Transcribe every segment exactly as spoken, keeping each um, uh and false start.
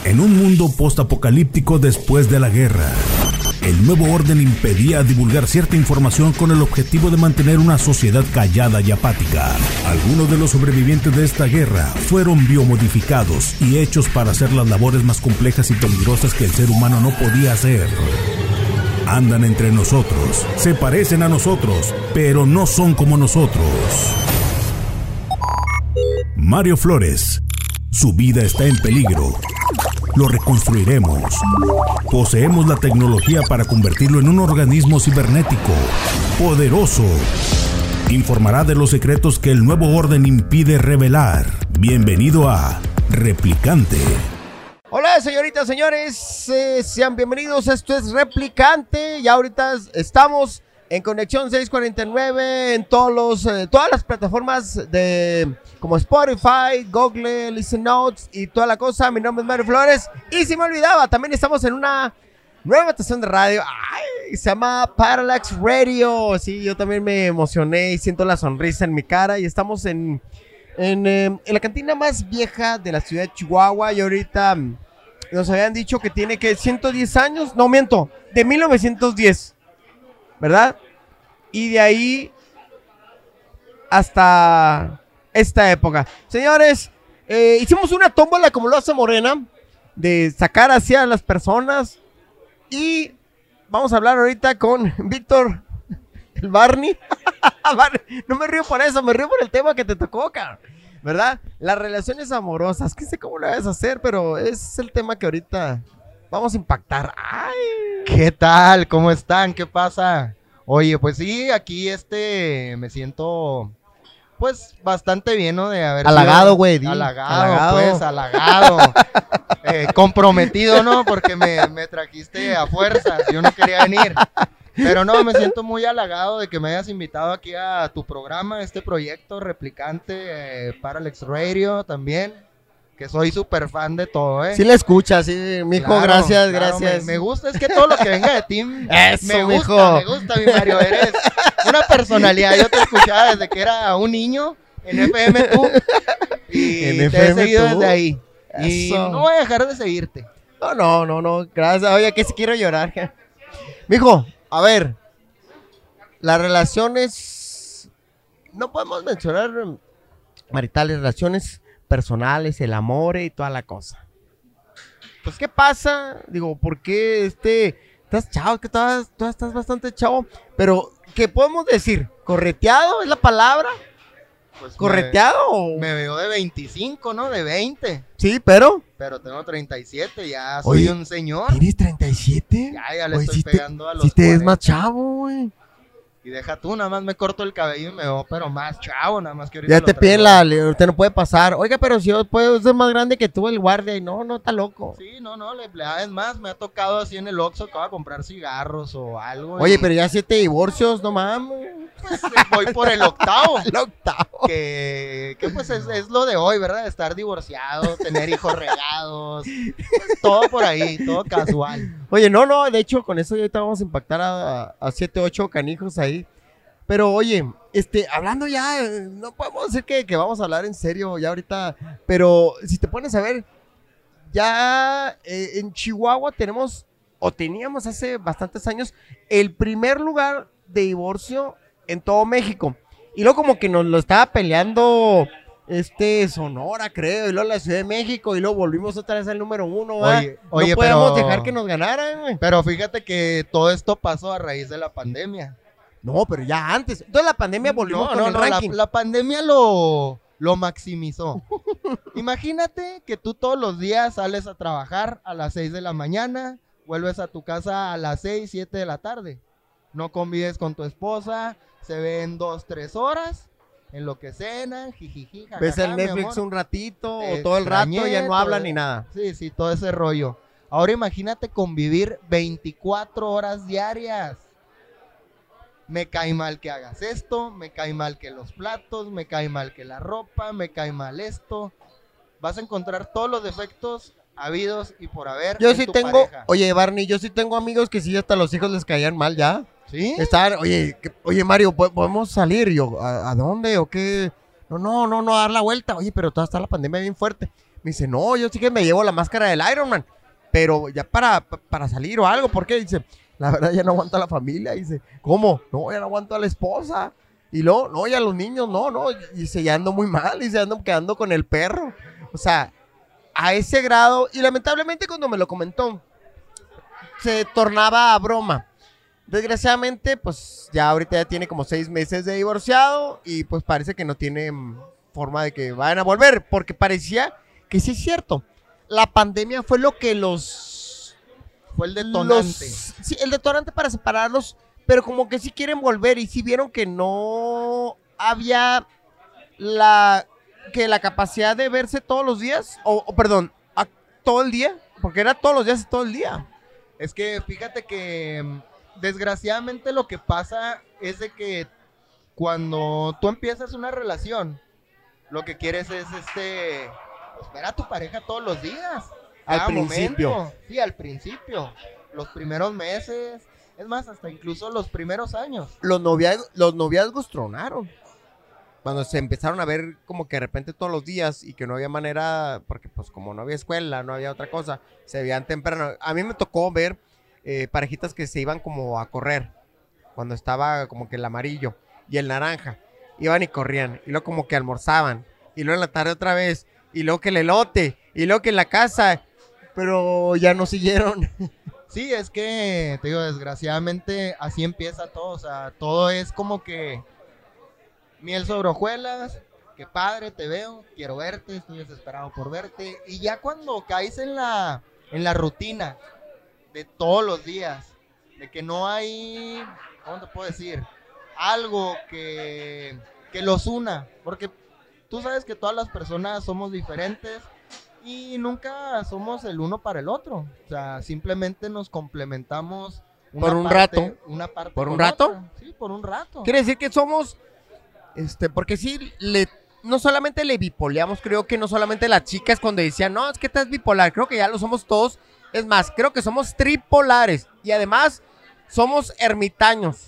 En un mundo postapocalíptico después de la guerra, el nuevo orden impedía divulgar cierta información con el objetivo de mantener una sociedad callada y apática. Algunos de los sobrevivientes de esta guerra fueron biomodificados y hechos para hacer las labores más complejas y peligrosas que el ser humano no podía hacer. Andan entre nosotros, se parecen a nosotros, pero no son como nosotros. Mario Flores, su vida está en peligro. Lo reconstruiremos. Poseemos la tecnología para convertirlo en un organismo cibernético, poderoso. Informará de los secretos que el nuevo orden impide revelar. Bienvenido a Replicante. Hola señoritas, señores, eh, sean bienvenidos, esto es Replicante. Ya ahorita estamos en Conexión seiscientos cuarenta y nueve, en todos los, eh, todas las plataformas de como Spotify, Google, Listen Notes y toda la cosa. Mi nombre es Mario Flores y si me olvidaba, también estamos en una nueva estación de radio. Ay, se llama Parallax Radio. Sí, yo también me emocioné y siento la sonrisa en mi cara y estamos en, en, eh, en la cantina más vieja de la ciudad de Chihuahua y ahorita nos habían dicho que tiene que ciento diez años, no miento, de mil novecientos diez, ¿verdad? Y de ahí hasta esta época. Señores, eh, hicimos una tómbola como lo hace Morena, de sacar hacia las personas. Y vamos a hablar ahorita con Víctor, el Barney. No me río por eso, me río por el tema que te tocó, cabrón, ¿verdad? Las relaciones amorosas, que sé cómo lo vas a hacer, pero es el tema que ahorita vamos a impactar. ¡Ay! ¿Qué tal? ¿Cómo están? ¿Qué pasa? Oye, pues sí, aquí este me siento pues bastante bien, ¿no? De haber halagado, güey. Halagado, halagado, pues, halagado. eh, comprometido, ¿no? Porque me, me trajiste a fuerzas, yo no quería venir. Pero no, me siento muy halagado de que me hayas invitado aquí a tu programa, este proyecto Replicante, eh, Parallax Radio también, que soy súper fan de todo, ¿eh? Sí le escuchas, sí, mijo, claro, gracias, claro, gracias. Me, me gusta, es que todo lo que venga de ti, Eso, me gusta, mijo. me gusta, mi Mario, eres una personalidad, yo te escuchaba desde que era un niño, en F M tú, y en te F he M seguido tú. desde ahí, Eso. y no voy a dejar de seguirte. No, no, no, no, gracias, oye, que si quiero llorar. Mijo, a ver, las relaciones, no podemos mencionar maritales, relaciones personales, el amor y toda la cosa. Pues, ¿qué pasa? Digo, ¿por qué este, estás chavo? Que todavía, todavía estás bastante chavo, pero, ¿qué podemos decir? ¿Correteado es la palabra? Pues ¿Correteado? Me, me veo de veinticinco, ¿no? De veinte. Sí, pero. Pero tengo treinta y siete, ya soy Oye, un señor. ¿Tienes treinta y siete? Ya, ya le Oye, estoy si pegando te, a los si te ves cuarenta. más chavo, güey. Y deja tú, nada más me corto el cabello y me veo, pero más chavo, nada más que ahorita Ya lo te traigo. piden la, usted no puede pasar. Oiga, pero si yo puedo ser más grande que tú, el guardia. Y no, no, está loco. Sí, no, no, le, le- es más, me ha tocado así en el Oxxo que voy a comprar cigarros o algo. Oye, y, pero ya siete divorcios, no mames. pues, voy por el octavo. El octavo. Que, que pues es, es lo de hoy, ¿verdad? Estar divorciado, tener hijos regados, pues, todo por ahí, todo casual. Oye, no, no, de hecho, con eso ya ahorita vamos a impactar a, a, a siete, ocho canijos ahí. Pero, oye, este, hablando ya, eh, no podemos decir que, que vamos a hablar en serio ya ahorita, pero si te pones a ver, ya eh, en Chihuahua tenemos, o teníamos hace bastantes años, el primer lugar de divorcio en todo México. Y luego como que nos lo estaba peleando este Sonora, creo, y luego la Ciudad de México, y luego volvimos otra vez al número uno, ¿verdad? Oye, oye, no podemos pero- dejar que nos ganaran, güey. Pero fíjate que todo esto pasó a raíz de la pandemia. No, pero ya antes. Entonces la pandemia volvimos No, con no, el no, la, ranking. la pandemia lo, lo maximizó. Imagínate que tú todos los días sales a trabajar a las seis de la mañana, vuelves a tu casa a las seis, siete de la tarde. No convives con tu esposa, se ven dos, tres horas, en lo que cenan, jijiji, jajaja, Ves el mi Netflix amor. un ratito Te o todo el rato extrañé, ya no todo hablan el- ni nada. Sí, sí, todo ese rollo. Ahora imagínate convivir veinticuatro horas diarias. Me cae mal que hagas esto, me cae mal que los platos, me cae mal que la ropa, me cae mal esto. Vas a encontrar todos los defectos habidos y por haber Yo en sí tu tengo, pareja. oye Barney, yo sí tengo amigos que sí hasta los hijos les caían mal ya. ¿Sí? Estaban, oye, que- oye Mario, ¿po- ¿podemos salir? Y yo, ¿a, a dónde o qué? No, no, no, no, a dar la vuelta. Oye, pero todavía está la pandemia bien fuerte. Me dice, no, yo sí que me llevo la máscara del Iron Man, pero ya para, para salir o algo, ¿por qué? Dice, la verdad ya no aguanto a la familia. Dice, ¿cómo? No, ya no aguanto a la esposa. Y luego, no, ya los niños, no, no. Y dice, ya ando muy mal, dice, ando quedando con el perro. O sea, a ese grado, y lamentablemente cuando me lo comentó, se tornaba a broma. Desgraciadamente, pues ya ahorita ya tiene como seis meses de divorciado y pues parece que no tiene forma de que vayan a volver, porque parecía que sí es cierto. La pandemia fue lo que los... Fue el detonante. Los, sí, el detonante para separarlos, pero como que sí quieren volver y sí vieron que no había la... que la capacidad de verse todos los días, o, o perdón, a, todo el día, porque era todos los días y todo el día. Es que fíjate que desgraciadamente lo que pasa es de que cuando tú empiezas una relación, lo que quieres es este pues, ver a tu pareja todos los días. Al principio. Momento. Sí, al principio. Los primeros meses, es más, hasta incluso los primeros años. Los noviazgos, los noviazgos tronaron. Cuando se empezaron a ver como que de repente todos los días y que no había manera, porque pues como no había escuela, no había otra cosa, se veían temprano. A mí me tocó ver eh, parejitas que se iban como a correr, cuando estaba como que el amarillo y el naranja. Iban y corrían, y luego como que almorzaban, y luego en la tarde otra vez, y luego que el elote, y luego que en la casa, pero ya no siguieron. Sí, es que, te digo, desgraciadamente así empieza todo, o sea, todo es como que miel sobre hojuelas, qué padre, te veo, quiero verte, estoy desesperado por verte, y ya cuando caes en la, en la rutina de todos los días, de que no hay, ¿cómo te puedo decir? Algo que, que los una, porque tú sabes que todas las personas somos diferentes y nunca somos el uno para el otro, o sea, simplemente nos complementamos una por un parte, rato, una parte por un con rato, otra. Sí, por un rato. Quiere decir que somos, este, porque sí, le, no solamente le bipoleamos, creo que no solamente las chicas cuando decían, no, es que estás bipolar, creo que ya lo somos todos, es más, creo que somos tripolares y además somos ermitaños.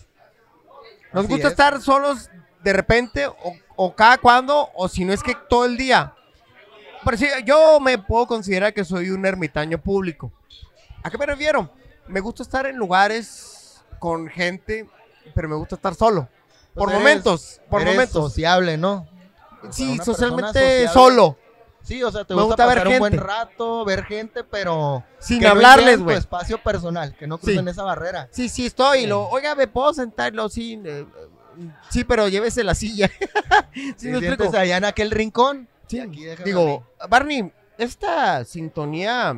Nos Así gusta es. estar solos de repente o, o cada cuando, o si no es que todo el día. Pero sí, yo me puedo considerar que soy un ermitaño público. ¿A qué me refiero? Me gusta estar en lugares con gente, pero me gusta estar solo. Por Pues eres- momentos, por eres momentos. sociable, ¿no? O sea, Sí, una persona socialmente sociable. solo. Sí, o sea, te Me gusta, gusta ver pasar un buen gente. rato, ver gente, pero Sin que no hablarles, invadan tu güey. espacio personal, que no Sí. crucen esa barrera. Sí, sí, estoy. Sí. Lo, oiga, ¿me puedo sentarlo? Sí, eh, eh, sí, pero llévese la silla. sí, Si me explico. sientes allá en aquel rincón, Sí, y aquí déjame digo, Barney, esta sintonía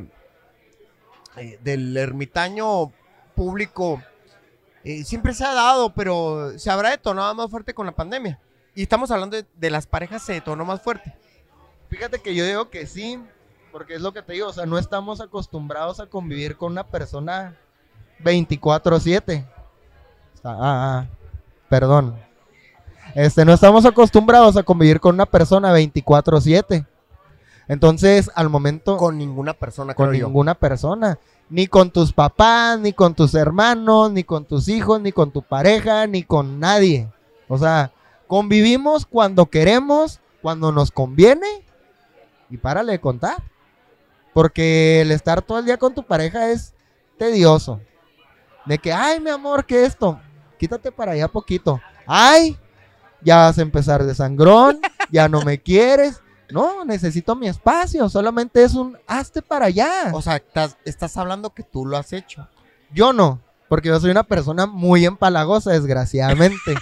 eh, del ermitaño público eh, siempre se ha dado, pero se habrá detonado más fuerte con la pandemia. Y estamos hablando de, de las parejas, se detonó más fuerte. Fíjate que yo digo que sí, porque es lo que te digo, o sea, no estamos acostumbrados a convivir con una persona veinticuatro siete. Ah, ah, perdón. Este, no estamos acostumbrados a convivir con una persona veinticuatro siete. Entonces, al momento Con ninguna persona, con creo yo. ninguna persona, ni con tus papás, ni con tus hermanos, ni con tus hijos, ni con tu pareja, ni con nadie. O sea, convivimos cuando queremos, cuando nos conviene y párale de contar. Porque el estar todo el día con tu pareja es tedioso. De que, ay, mi amor, ¿qué esto? Quítate para allá poquito. Ay, ya vas a empezar de sangrón, ya no me quieres. No, necesito mi espacio, solamente es un hazte para allá. O sea, estás, estás hablando que tú lo has hecho. Yo no, porque yo soy una persona muy empalagosa, desgraciadamente.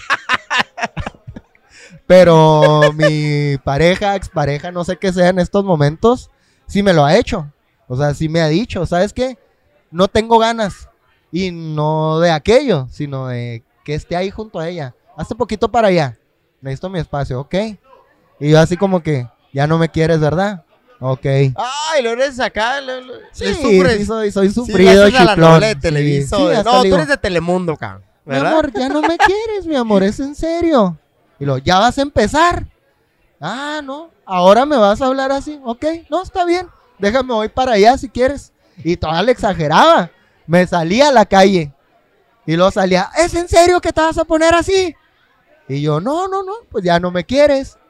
Pero mi pareja, expareja, no sé qué sea en estos momentos, sí me lo ha hecho. O sea, sí me ha dicho, ¿sabes qué? No tengo ganas. Y no de aquello, sino de que esté ahí junto a ella. Hazte poquito para allá. Necesito mi espacio, ¿ok? Y yo así como que, ya no me quieres, ¿verdad? Ok. Ay, lo eres acá, lo, lo- Sí, le sufres. sí soy, soy Sí, sufrido, le haces a la chiflón. novela de Sí, Televisa. sí, o de- hasta no, le tú digo, eres de Telemundo, cabrón. mi ¿Verdad? amor, ya no me quieres, mi amor, es en serio. Y lo, ya vas a empezar. Ah, no, ahora me vas a hablar así. Ok, no, está bien. Déjame voy para allá si quieres. Y todavía le exageraba. Me salía a la calle. Y luego salía, ¿es en serio que te vas a poner así? Y yo, no, no, no, pues ya no me quieres.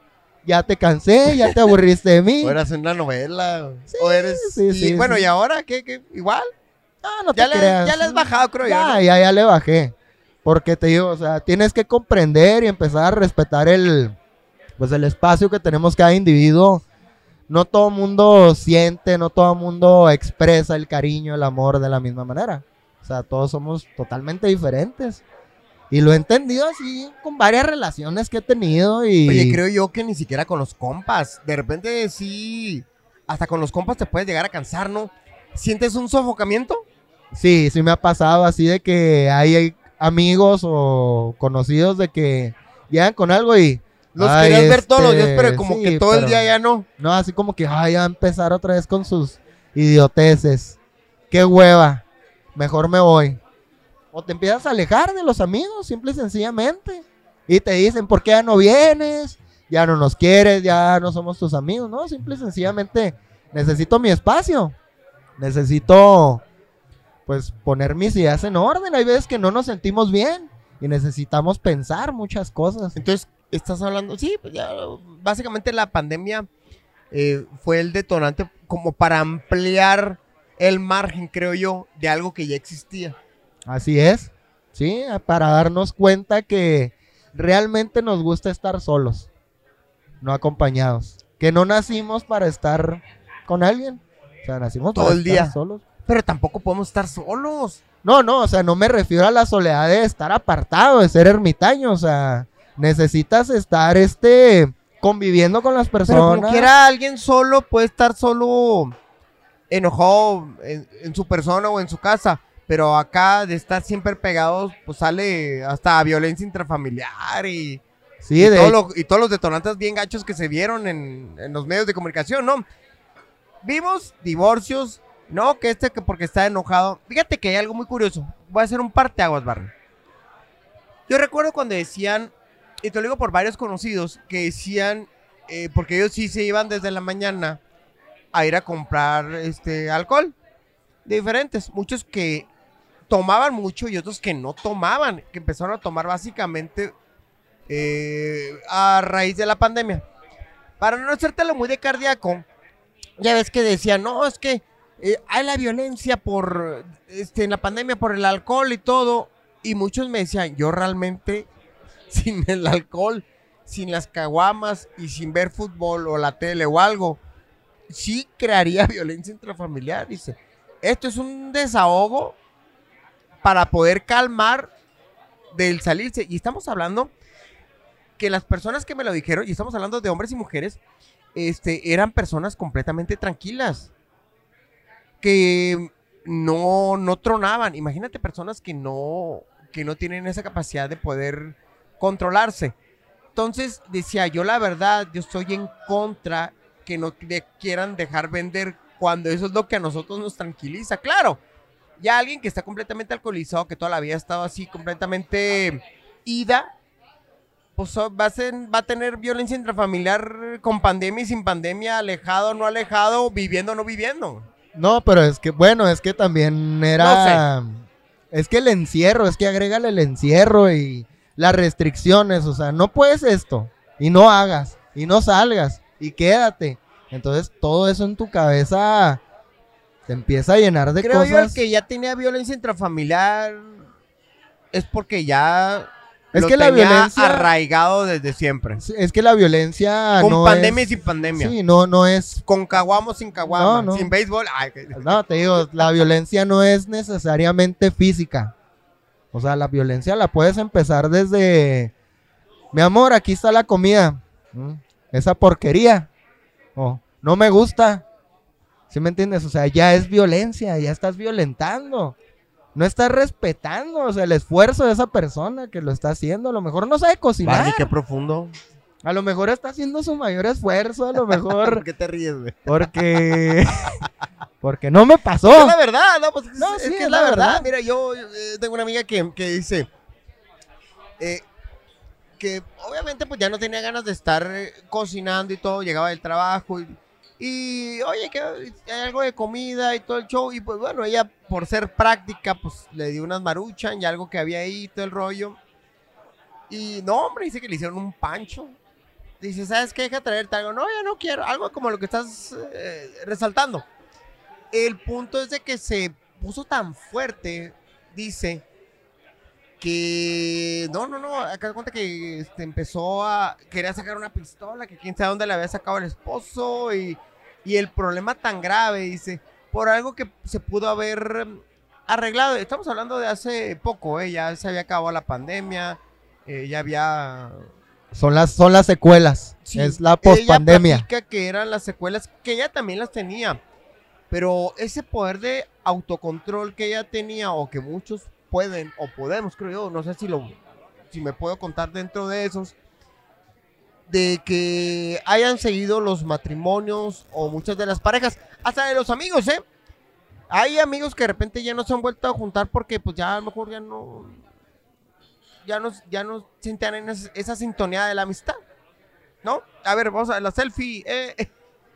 ya te cansé, ya te aburriste de mí. O eras una novela. Sí, o eres. sí, y, sí, bueno, sí. ¿y ahora qué? qué? ¿Igual? No, no te Ya le, creas. ya le has bajado, creo yo. Ya, ¿no? ya, ya le bajé. Porque te digo, o sea, tienes que comprender y empezar a respetar el, pues el espacio que tenemos cada individuo. No todo mundo siente, no todo mundo expresa el cariño, el amor de la misma manera. O sea, todos somos totalmente diferentes. Y lo he entendido así con varias relaciones que he tenido y... Oye, creo yo que ni siquiera con los compas. De repente sí, hasta con los compas te puedes llegar a cansar, ¿no? ¿Sientes un sofocamiento? Sí, sí me ha pasado así de que hay, hay amigos o conocidos de que llegan con algo y... Los ay, querías ver todos los este, días, pero como sí, que todo el pero- día ya no. No, así como que, ay, ya va a empezar otra vez con sus idioteces. Qué hueva. Mejor me voy. O te empiezas a alejar de los amigos, simple y sencillamente. Y te dicen, ¿por qué ya no vienes? Ya no nos quieres, ya no somos tus amigos. No, simple y sencillamente necesito mi espacio. Necesito, pues, poner mis ideas en orden. Hay veces que no nos sentimos bien y necesitamos pensar muchas cosas. Entonces, estás hablando, sí, pues ya, básicamente la pandemia eh, fue el detonante como para ampliar el margen, creo yo, de algo que ya existía. Así es, sí, para darnos cuenta que realmente nos gusta estar solos, no acompañados. Que no nacimos para estar con alguien, o sea, nacimos Todo para el estar día. solos. Pero tampoco podemos estar solos. No, no, o sea, no me refiero a la soledad de estar apartado, de ser ermitaño, o sea, necesitas estar, este, conviviendo con las Pero personas. como quiera alguien solo puede estar solo enojado en, en su persona o en su casa. Pero acá de estar siempre pegados, pues sale hasta violencia intrafamiliar y, Sí, y, de todo lo- y todos los detonantes bien gachos que se vieron en, en los medios de comunicación, ¿no? Vimos divorcios, no, que este que porque está enojado. Fíjate que hay algo muy curioso. Voy a hacer un parteaguas, Barry. Yo recuerdo cuando decían, y te lo digo por varios conocidos, que decían, eh, porque ellos sí se iban desde la mañana a ir a comprar este alcohol. De diferentes, muchos que tomaban mucho y otros que no tomaban, que empezaron a tomar básicamente eh, a raíz de la pandemia. Para no hacértelo muy de cardíaco, ya ves que decían, no, es que eh, hay la violencia por, este, en la pandemia por el alcohol y todo, y muchos me decían, yo realmente, sin el alcohol, sin las caguamas y sin ver fútbol o la tele o algo, sí crearía violencia intrafamiliar, dice. Esto es un desahogo para poder calmar del salirse. Y estamos hablando que las personas que me lo dijeron, y estamos hablando de hombres y mujeres, este, eran personas completamente tranquilas. Que no, no tronaban. Imagínate personas que no, que no tienen esa capacidad de poder controlarse. Entonces decía, yo la verdad, yo estoy en contra que no le quieran dejar vender cuando eso es lo que a nosotros nos tranquiliza. Claro, ya alguien que está completamente alcoholizado, que toda la vida ha estado así completamente ida, pues va a, ser, va a tener violencia intrafamiliar con pandemia y sin pandemia, alejado, no alejado, viviendo, no viviendo. No, pero es que, bueno, es que también era... Es que el encierro, es que agrégale el encierro y las restricciones, o sea, no puedes esto, y no hagas, y no salgas, y quédate. Entonces, todo eso en tu cabeza te empieza a llenar de Creo yo el cosas. que ya tenía violencia intrafamiliar es porque ya Es lo que la tenía violencia- arraigado desde siempre. Sí, es que la violencia Con no pandemia es... y sin pandemia. Sí, no, no es... Con caguamo, sin caguama, No, no. sin béisbol. Ay, que- No, te digo, la violencia no es necesariamente física. O sea, la violencia la puedes empezar desde... Mi amor, aquí está la comida. Mm, esa porquería. Oh, no me gusta. ¿Sí me entiendes? O sea, ya es violencia, ya estás violentando. No estás respetando, o sea, el esfuerzo de esa persona que lo está haciendo. A lo mejor no sabe cocinar. Barney, qué profundo. A lo mejor está haciendo su mayor esfuerzo. A lo ¿Por mejor qué te ríes, güey? porque... porque no me pasó. Es la verdad, no, pues No, es, sí, que es es la la verdad. verdad. Mira, yo eh, tengo una amiga que, que dice eh, que obviamente pues ya no tenía ganas de estar eh, cocinando y todo, llegaba del trabajo y, y, oye, que hay algo de comida y todo el show, y pues bueno, ella por ser práctica pues le dio unas maruchan y algo que había ahí, todo el rollo, y no, hombre, dice que le hicieron un pancho. dice, ¿sabes qué? Deja traerte algo. No, ya no quiero. Algo como lo que estás eh, resaltando. El punto es de que se puso tan fuerte, dice, que no, no, no, acá cuenta que este, empezó a, quería sacar una pistola, que quién sabe dónde le había sacado el esposo, y, y el problema tan grave, dice, por algo que se pudo haber arreglado. Estamos hablando de hace poco, ¿eh? Ya se había acabado la pandemia, eh, ya había... Son las, son las secuelas, Sí, es la pospandemia. Ella platica que eran las secuelas, que ella también las tenía, pero ese poder de autocontrol que ella tenía, o que muchos pueden, o podemos, creo yo, no sé si lo, si me puedo contar dentro de esos, de que hayan seguido los matrimonios, o muchas de las parejas, hasta de los amigos, ¿eh? Hay amigos que de repente ya no se han vuelto a juntar porque pues ya a lo mejor ya no, ya no, ya no sienten en esa, esa sintonía de la amistad, ¿no? A ver, vamos a la selfie, eh.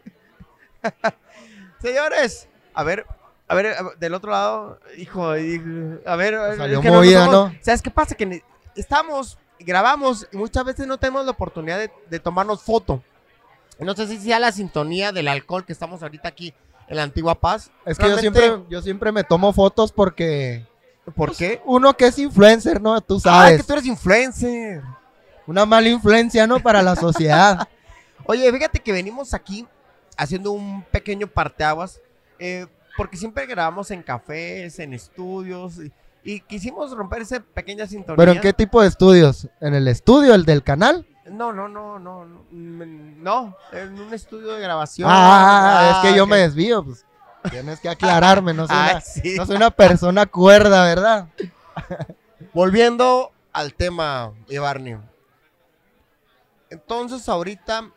Señores, a ver, a ver, a ver, del otro lado, hijo, hijo a ver, Salió es que movida, no, ¿no? ¿Sabes qué pasa? Que ne- estamos, grabamos y muchas veces no tenemos la oportunidad de, de tomarnos foto. No sé si sea la sintonía del alcohol que estamos ahorita aquí en la Antigua Paz. Es que yo Realmente, siempre, yo siempre me tomo fotos porque ¿por qué? uno que es influencer, ¿no? Tú Ah, sabes. que tú eres influencer. Una mala influencia, ¿no? Para la sociedad. Oye, fíjate que venimos aquí haciendo un pequeño parteaguas, eh, porque siempre grabamos en cafés, en estudios, y, y quisimos romper esa pequeña sintonía. ¿Pero en qué tipo de estudios? ¿En el estudio, el del canal? No, no, no, no, no, mm, no, en un estudio de grabación. Ah, es que yo ok. me desvío, pues. Tienes que aclararme, no soy, Ah, una, sí. no soy una persona cuerda, ¿verdad? Volviendo al tema, Barney. Entonces, ahorita,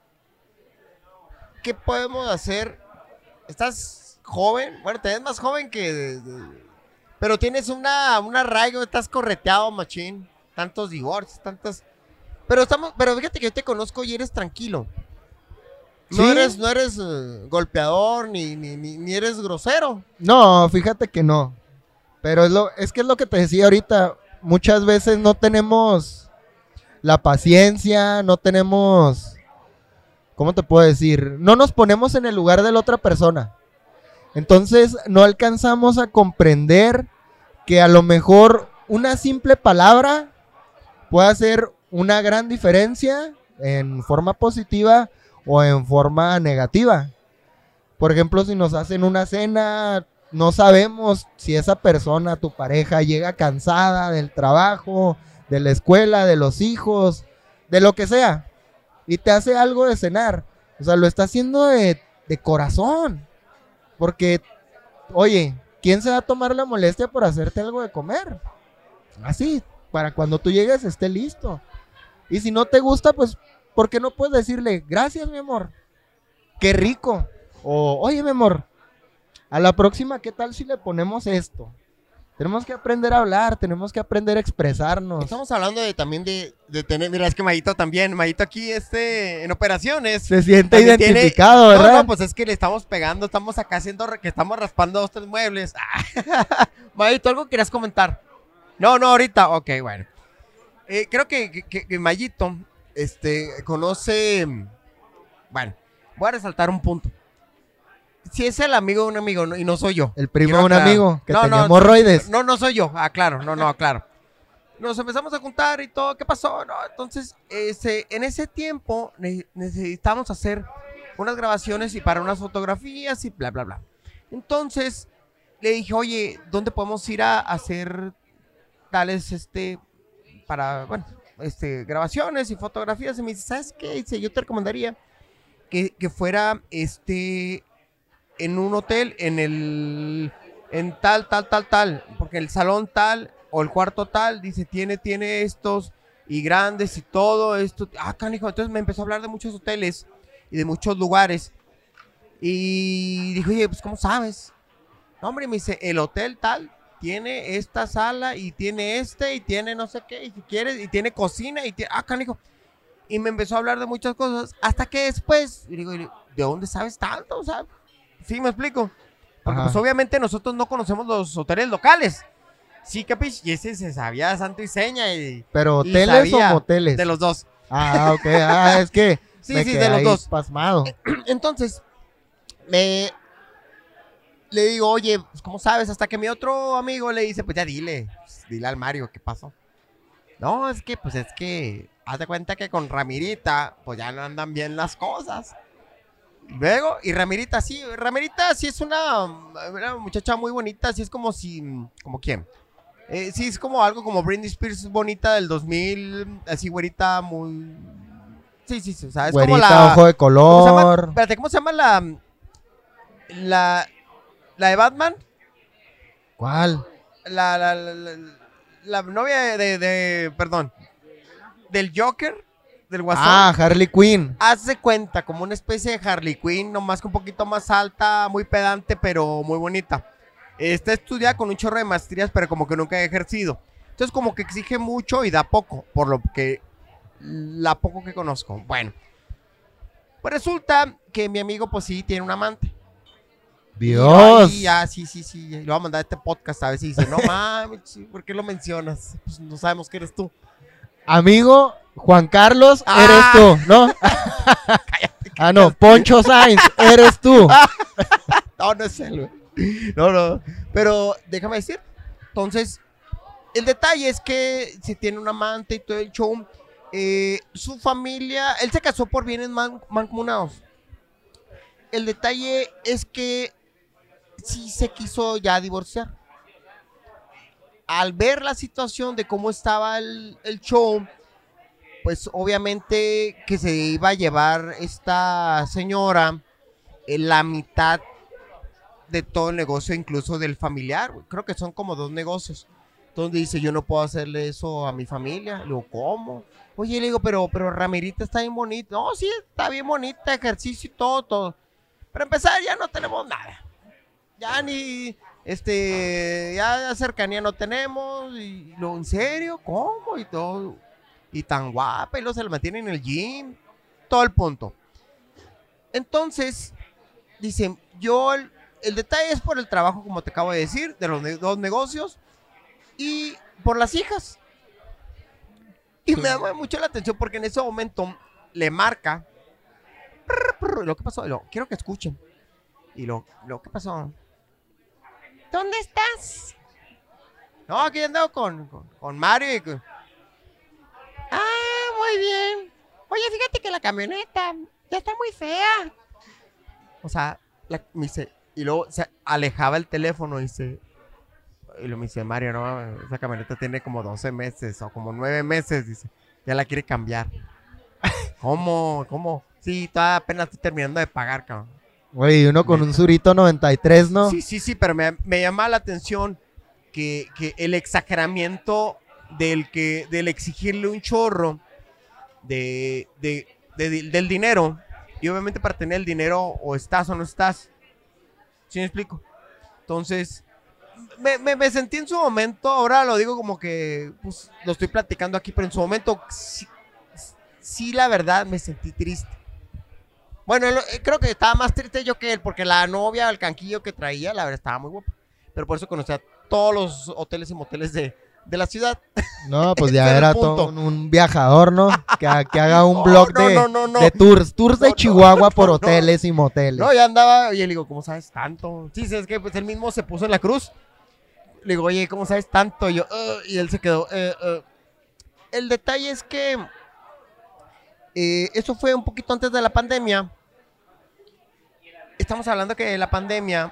¿qué podemos hacer? Estás joven, bueno, te ves más joven que... de- de- pero tienes una, un arraigo, estás correteado, machín. Tantos divorcios, tantas... Pero estamos, pero fíjate que yo te conozco y eres tranquilo. No Sí. eres, no eres eh, golpeador, ni, ni, ni, ni eres grosero. No, fíjate que no. Pero es, lo, es que es lo que te decía ahorita. Muchas veces no tenemos la paciencia, no tenemos... ¿Cómo te puedo decir? No nos ponemos en el lugar de la otra persona. Entonces no alcanzamos a comprender que a lo mejor una simple palabra puede hacer una gran diferencia en forma positiva o en forma negativa. Por ejemplo, si nos hacen una cena, no sabemos si esa persona, tu pareja, llega cansada del trabajo, de la escuela, de los hijos, de lo que sea, y te hace algo de cenar. O sea, lo está haciendo de, de corazón. Porque, oye, ¿quién se va a tomar la molestia por hacerte algo de comer? Así, para cuando tú llegues esté listo. Y si no te gusta, pues, ¿por qué no puedes decirle, gracias, mi amor? Qué rico. O, oye, mi amor, a la próxima, ¿qué tal si le ponemos esto? Tenemos que aprender a hablar, tenemos que aprender a expresarnos. Estamos hablando de también de, de tener, mira, es que Mayito también, Mayito aquí este, en operaciones. Se siente también tiene- identificado, ¿verdad? No, no, pues es que le estamos pegando, estamos acá haciendo, re- que estamos raspando dos, tres muebles. Mayito, ¿algo querías comentar? No, no, ahorita, ok, bueno. Eh, creo que, que, que- que Mayito, este, conoce, bueno, voy a resaltar un punto. Si es el amigo de un amigo no- y no soy yo. El primo Quiero de un aclarar. amigo que No, tenía no, hemorroides. No, no soy yo. Ah, claro, no, no, claro. Nos empezamos a juntar y todo. ¿Qué pasó? No, entonces, ese, en ese tiempo ne- necesitamos hacer unas grabaciones y para unas fotografías y bla, bla, bla. Entonces, le dije, oye, ¿dónde podemos ir a hacer tales, este, para, bueno, este, grabaciones y fotografías? Y me dice, ¿sabes qué? Dice, yo te recomendaría que, que fuera, este, en un hotel, en el, en tal, tal, tal, tal, porque el salón tal o el cuarto tal, dice, tiene, tiene estos y grandes y todo esto. Ah, canijo, entonces me empezó a hablar de muchos hoteles y de muchos lugares. Y dijo, oye, pues, ¿cómo sabes? No, hombre, me dice, el hotel tal tiene esta sala y tiene este y tiene no sé qué, y si quieres, y tiene cocina y tiene, ah, canijo. Y me empezó a hablar de muchas cosas, hasta que después, y digo, ¿de dónde sabes tanto? O sea, sí, me explico. Porque Ajá. pues obviamente nosotros no conocemos los hoteles locales. Sí, capis, y ese se sabía santo y seña y, Pero y hoteles o sabía moteles. de los dos. Ah, ok. Ah, es que Sí, me sí, quedé de los ahí dos. pasmado. Entonces, me le digo, oye, pues, ¿cómo sabes? Hasta que mi otro amigo le dice, pues ya dile, pues, dile al Mario qué pasó. No, es que, pues es que, haz de cuenta que con Ramirita, pues ya no andan bien las cosas. Luego, y Ramirita sí, Ramirita sí es una, una muchacha muy bonita, sí es como si, ¿como quién? Eh, sí es como algo como Britney Spears bonita del dos mil, así güerita, muy... Sí, sí, sí, o sea, es Güerita, como la... ojo de ¿Cómo se llama? color. Espérate, ¿cómo se llama la, la, la de Batman? ¿Cuál? La, la, la, la, la novia de, de, perdón, del Joker, del Guasón. Ah, Harley Quinn. Haz de cuenta, como una especie de Harley Quinn, nomás que un poquito más alta, muy pedante, pero muy bonita. Está estudiada con un chorro de maestrías, pero como que nunca ha ejercido. Entonces como que exige mucho y da poco, por lo que la poco que conozco. Bueno, pues resulta que mi amigo pues sí tiene un amante. Dios. Y ya, sí, sí, sí. Le voy a mandar este podcast a ver si dice, no mames, sí, ¿por qué lo mencionas? Pues no sabemos que eres tú. Amigo, Juan Carlos, Ah. eres tú, ¿no? Ah, no, Poncho Sainz, eres tú. No, no es él, güey. No, no. Pero déjame decir. Entonces, el detalle es que si tiene un amante y todo el show, eh, su familia, él se casó por bienes man, mancomunados. El detalle es que sí se quiso ya divorciar. Al ver la situación de cómo estaba el, el show, pues obviamente que se iba a llevar esta señora en la mitad de todo el negocio, incluso del familiar. Creo que son como dos negocios. Entonces dice, yo no puedo hacerle eso a mi familia. Le digo, ¿cómo? Oye, le digo, pero, pero Ramirita está bien bonita. No, sí, está bien bonita, ejercicio y todo, todo. Para empezar, ya no tenemos nada. Ya ni, este, ya cercanía no tenemos. Y lo, ¿en serio? ¿Cómo? Y todo. Y tan guapa, y luego se la mantienen en el gym. Todo el punto. Entonces, dicen, yo, el, el detalle es por el trabajo, como te acabo de decir, de los ne- dos negocios. Y por las hijas. Y me llama mucho la atención porque en ese momento le marca. Lo que pasó, lo, quiero que escuchen. Y lo, lo que pasó. ¿Dónde estás? No, aquí ando con, con, con Mario y con... Ah, muy bien. Oye, fíjate que la camioneta ya está muy fea. O sea, la, me dice, y luego se alejaba el teléfono y dice, y luego me dice, Mario, no, esa camioneta tiene como doce meses o como nueve meses, dice, ya la quiere cambiar. ¿Cómo? ¿Cómo? Sí, todavía apenas estoy terminando de pagar, cabrón. Güey, uno con un Surito noventa y tres, ¿no? Sí, sí, sí, pero me, me llama la atención que, que el exageramiento del que del exigirle un chorro de, de, de- de- del dinero, y obviamente para tener el dinero o estás o no estás. ¿Sí me explico? Entonces, me, me- me sentí en su momento, ahora lo digo como que pues, lo estoy platicando aquí, pero en su momento sí, sí, la verdad me sentí triste. Bueno, lo- eh, creo que estaba más triste yo que él, porque la novia, el canquillo que traía, la verdad estaba muy guapa. Pero por eso conocía todos los hoteles y moteles de, de la ciudad. No, pues Ese ya era el era punto. todo un, un viajador, ¿no? Que, ha- que haga un No, blog no, de, no, no, no. de tours, tours de No, no, Chihuahua por no, no. hoteles y moteles. No, ya andaba, oye, le digo, ¿cómo sabes tanto? Sí, es que pues él mismo se puso en la cruz. Le digo, oye, ¿cómo sabes tanto? Y yo, "Uh", y él se quedó. "Eh, eh". El detalle es que eh, eso fue un poquito antes de la pandemia. Estamos hablando que de la pandemia,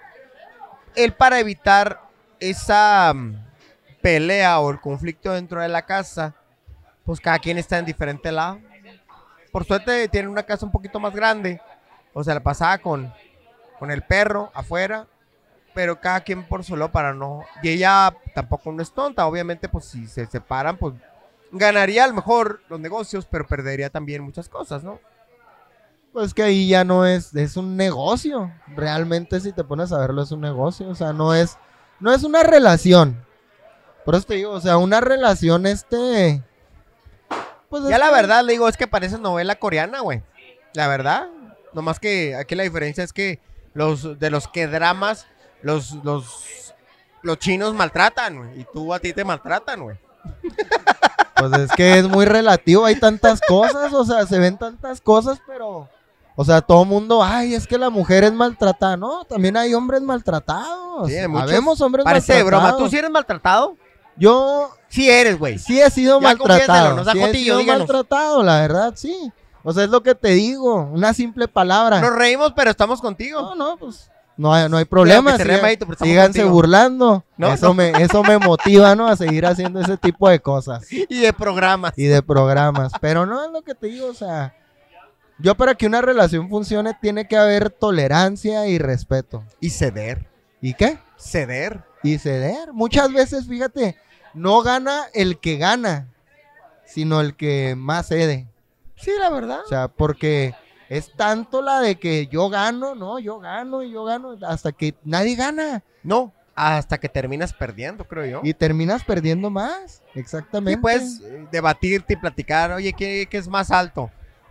él para evitar esa mm, pelea o el conflicto dentro de la casa, pues cada quien está en diferente lado. Por suerte tiene una casa un poquito más grande, o sea, la pasaba con, con el perro afuera, pero cada quien por solo para no... Y ella tampoco no es tonta, obviamente pues si se separan, pues ganaría a lo mejor los negocios, pero perdería también muchas cosas, ¿no? Pues que ahí ya no es, es un negocio. Realmente si te pones a verlo es un negocio. O sea, no es, no es una relación. Por eso te digo, o sea, una relación este... Pues Ya es la que- verdad, le digo, es que parece novela coreana, güey. La verdad. Nomás que aquí la diferencia es que los de los que dramas, los, los, los chinos maltratan, güey. Y tú a ti te maltratan, güey. Pues es que es muy relativo, hay tantas cosas, o sea, se ven tantas cosas, pero, o sea, todo mundo, ay, es que la mujer es maltratada, no, también hay hombres maltratados, Sí, hay muchos. habemos hombres Parece de maltratados. broma. ¿Tú sí eres maltratado? Yo Sí eres, güey. sí he sido Ya confiésalo, maltratado, no sea sí he jotillo, sido díganos. maltratado, la verdad, sí. O sea, es lo que te digo, una simple palabra. Nos reímos, pero estamos contigo. No, no, pues no hay, no hay problema. que se ría sigan- Mayito, pero estamos síganse contigo. burlando. No, eso, no. Me, eso me motiva, ¿no? A seguir haciendo ese tipo de cosas Y de programas. y de programas. Pero no es lo que te digo, o sea, yo para que una relación funcione tiene que haber tolerancia y respeto. Y ceder. ¿Y qué? Ceder. Y ceder. Muchas veces, fíjate, no gana el que gana, sino el que más cede. Sí, la verdad. O sea, porque es tanto la de que yo gano, no, yo gano y yo gano, hasta que nadie gana. No, hasta que terminas perdiendo, creo yo. Y terminas perdiendo más, exactamente. Y puedes eh, debatirte y platicar, oye, ¿qué, qué es más alto?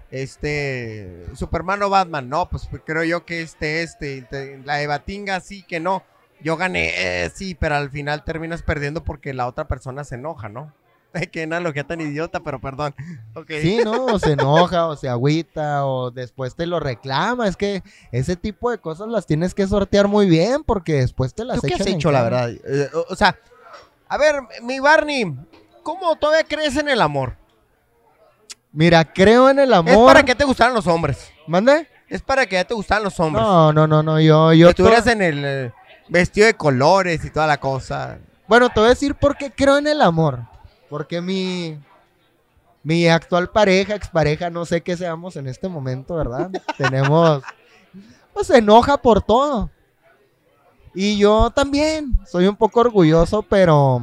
Este, Superman o Batman, no, pues creo yo que este, este, te- la de Batinga sí que no, yo gané, eh, sí, pero al final terminas perdiendo porque la otra persona se enoja, ¿no? Qué analogía tan idiota, pero perdón. Okay. Sí, ¿no? O se enoja, o se agüita, o después te lo reclama. Es que ese tipo de cosas las tienes que sortear muy bien, porque después te las ¿Tú qué has echan en hecho, la cara. verdad? Eh, o, o sea, a ver, mi Barney, ¿cómo todavía crees en el amor? Mira, creo en el amor. Es para que te gustaran los hombres. ¿Mande? Es para que ya te gustaran los hombres. No, no, no, no, yo, yo. que tú to- eras en el eh, vestido de colores y toda la cosa. Bueno, te voy a decir por qué creo en el amor. Porque mi, mi actual pareja, expareja, no sé qué seamos en este momento, ¿verdad? Tenemos, pues se enoja por todo. Y yo también, soy un poco orgulloso, pero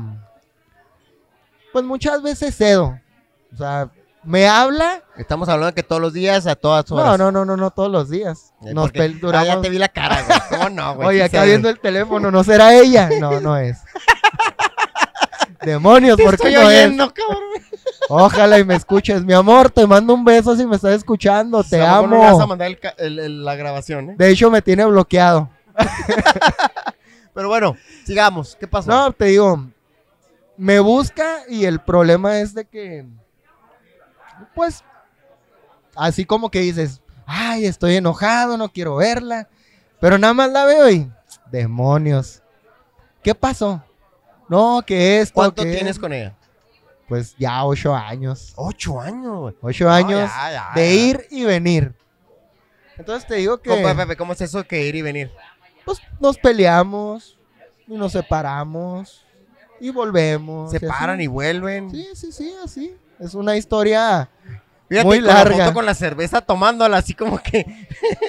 pues muchas veces cedo. O sea, me habla. Estamos hablando de que todos los días, a todas horas. No, no, no, no, no todos los días. Eh, Nos porque- pel- Ah, duramos. ya te vi la cara, güey. ¿Cómo no, güey? Oye, Sí acá sé, viendo güey. el teléfono, ¿no será ella? No, no es. Demonios, Te ¿por qué estoy no oyendo, es? cabrón. Ojalá y me escuches. Mi amor, te mando un beso si me estás escuchando. Te A lo mejor no le vas a amo. mandar el ca- el- el- la grabación, ¿eh? De hecho, me tiene bloqueado. Pero bueno, sigamos. ¿Qué pasó? No, te digo, me busca y el problema es de que, pues, así como que dices, ay, estoy enojado, no quiero verla. Pero nada más la veo y, demonios. ¿Qué pasó? No, que esto, ¿Cuánto que- tienes con ella? Pues ya ocho años. Ocho años, güey. Ocho No, años ya, ya, de ya. ir y venir. Entonces te digo que, ¿Cómo, Pepe, ¿cómo es eso que ir y venir? pues, nos peleamos y nos separamos y volvemos. Se y así. paran y vuelven. Sí, sí, sí, así. Es una historia Fíjate, muy con la larga. foto con la cerveza tomándola así como que...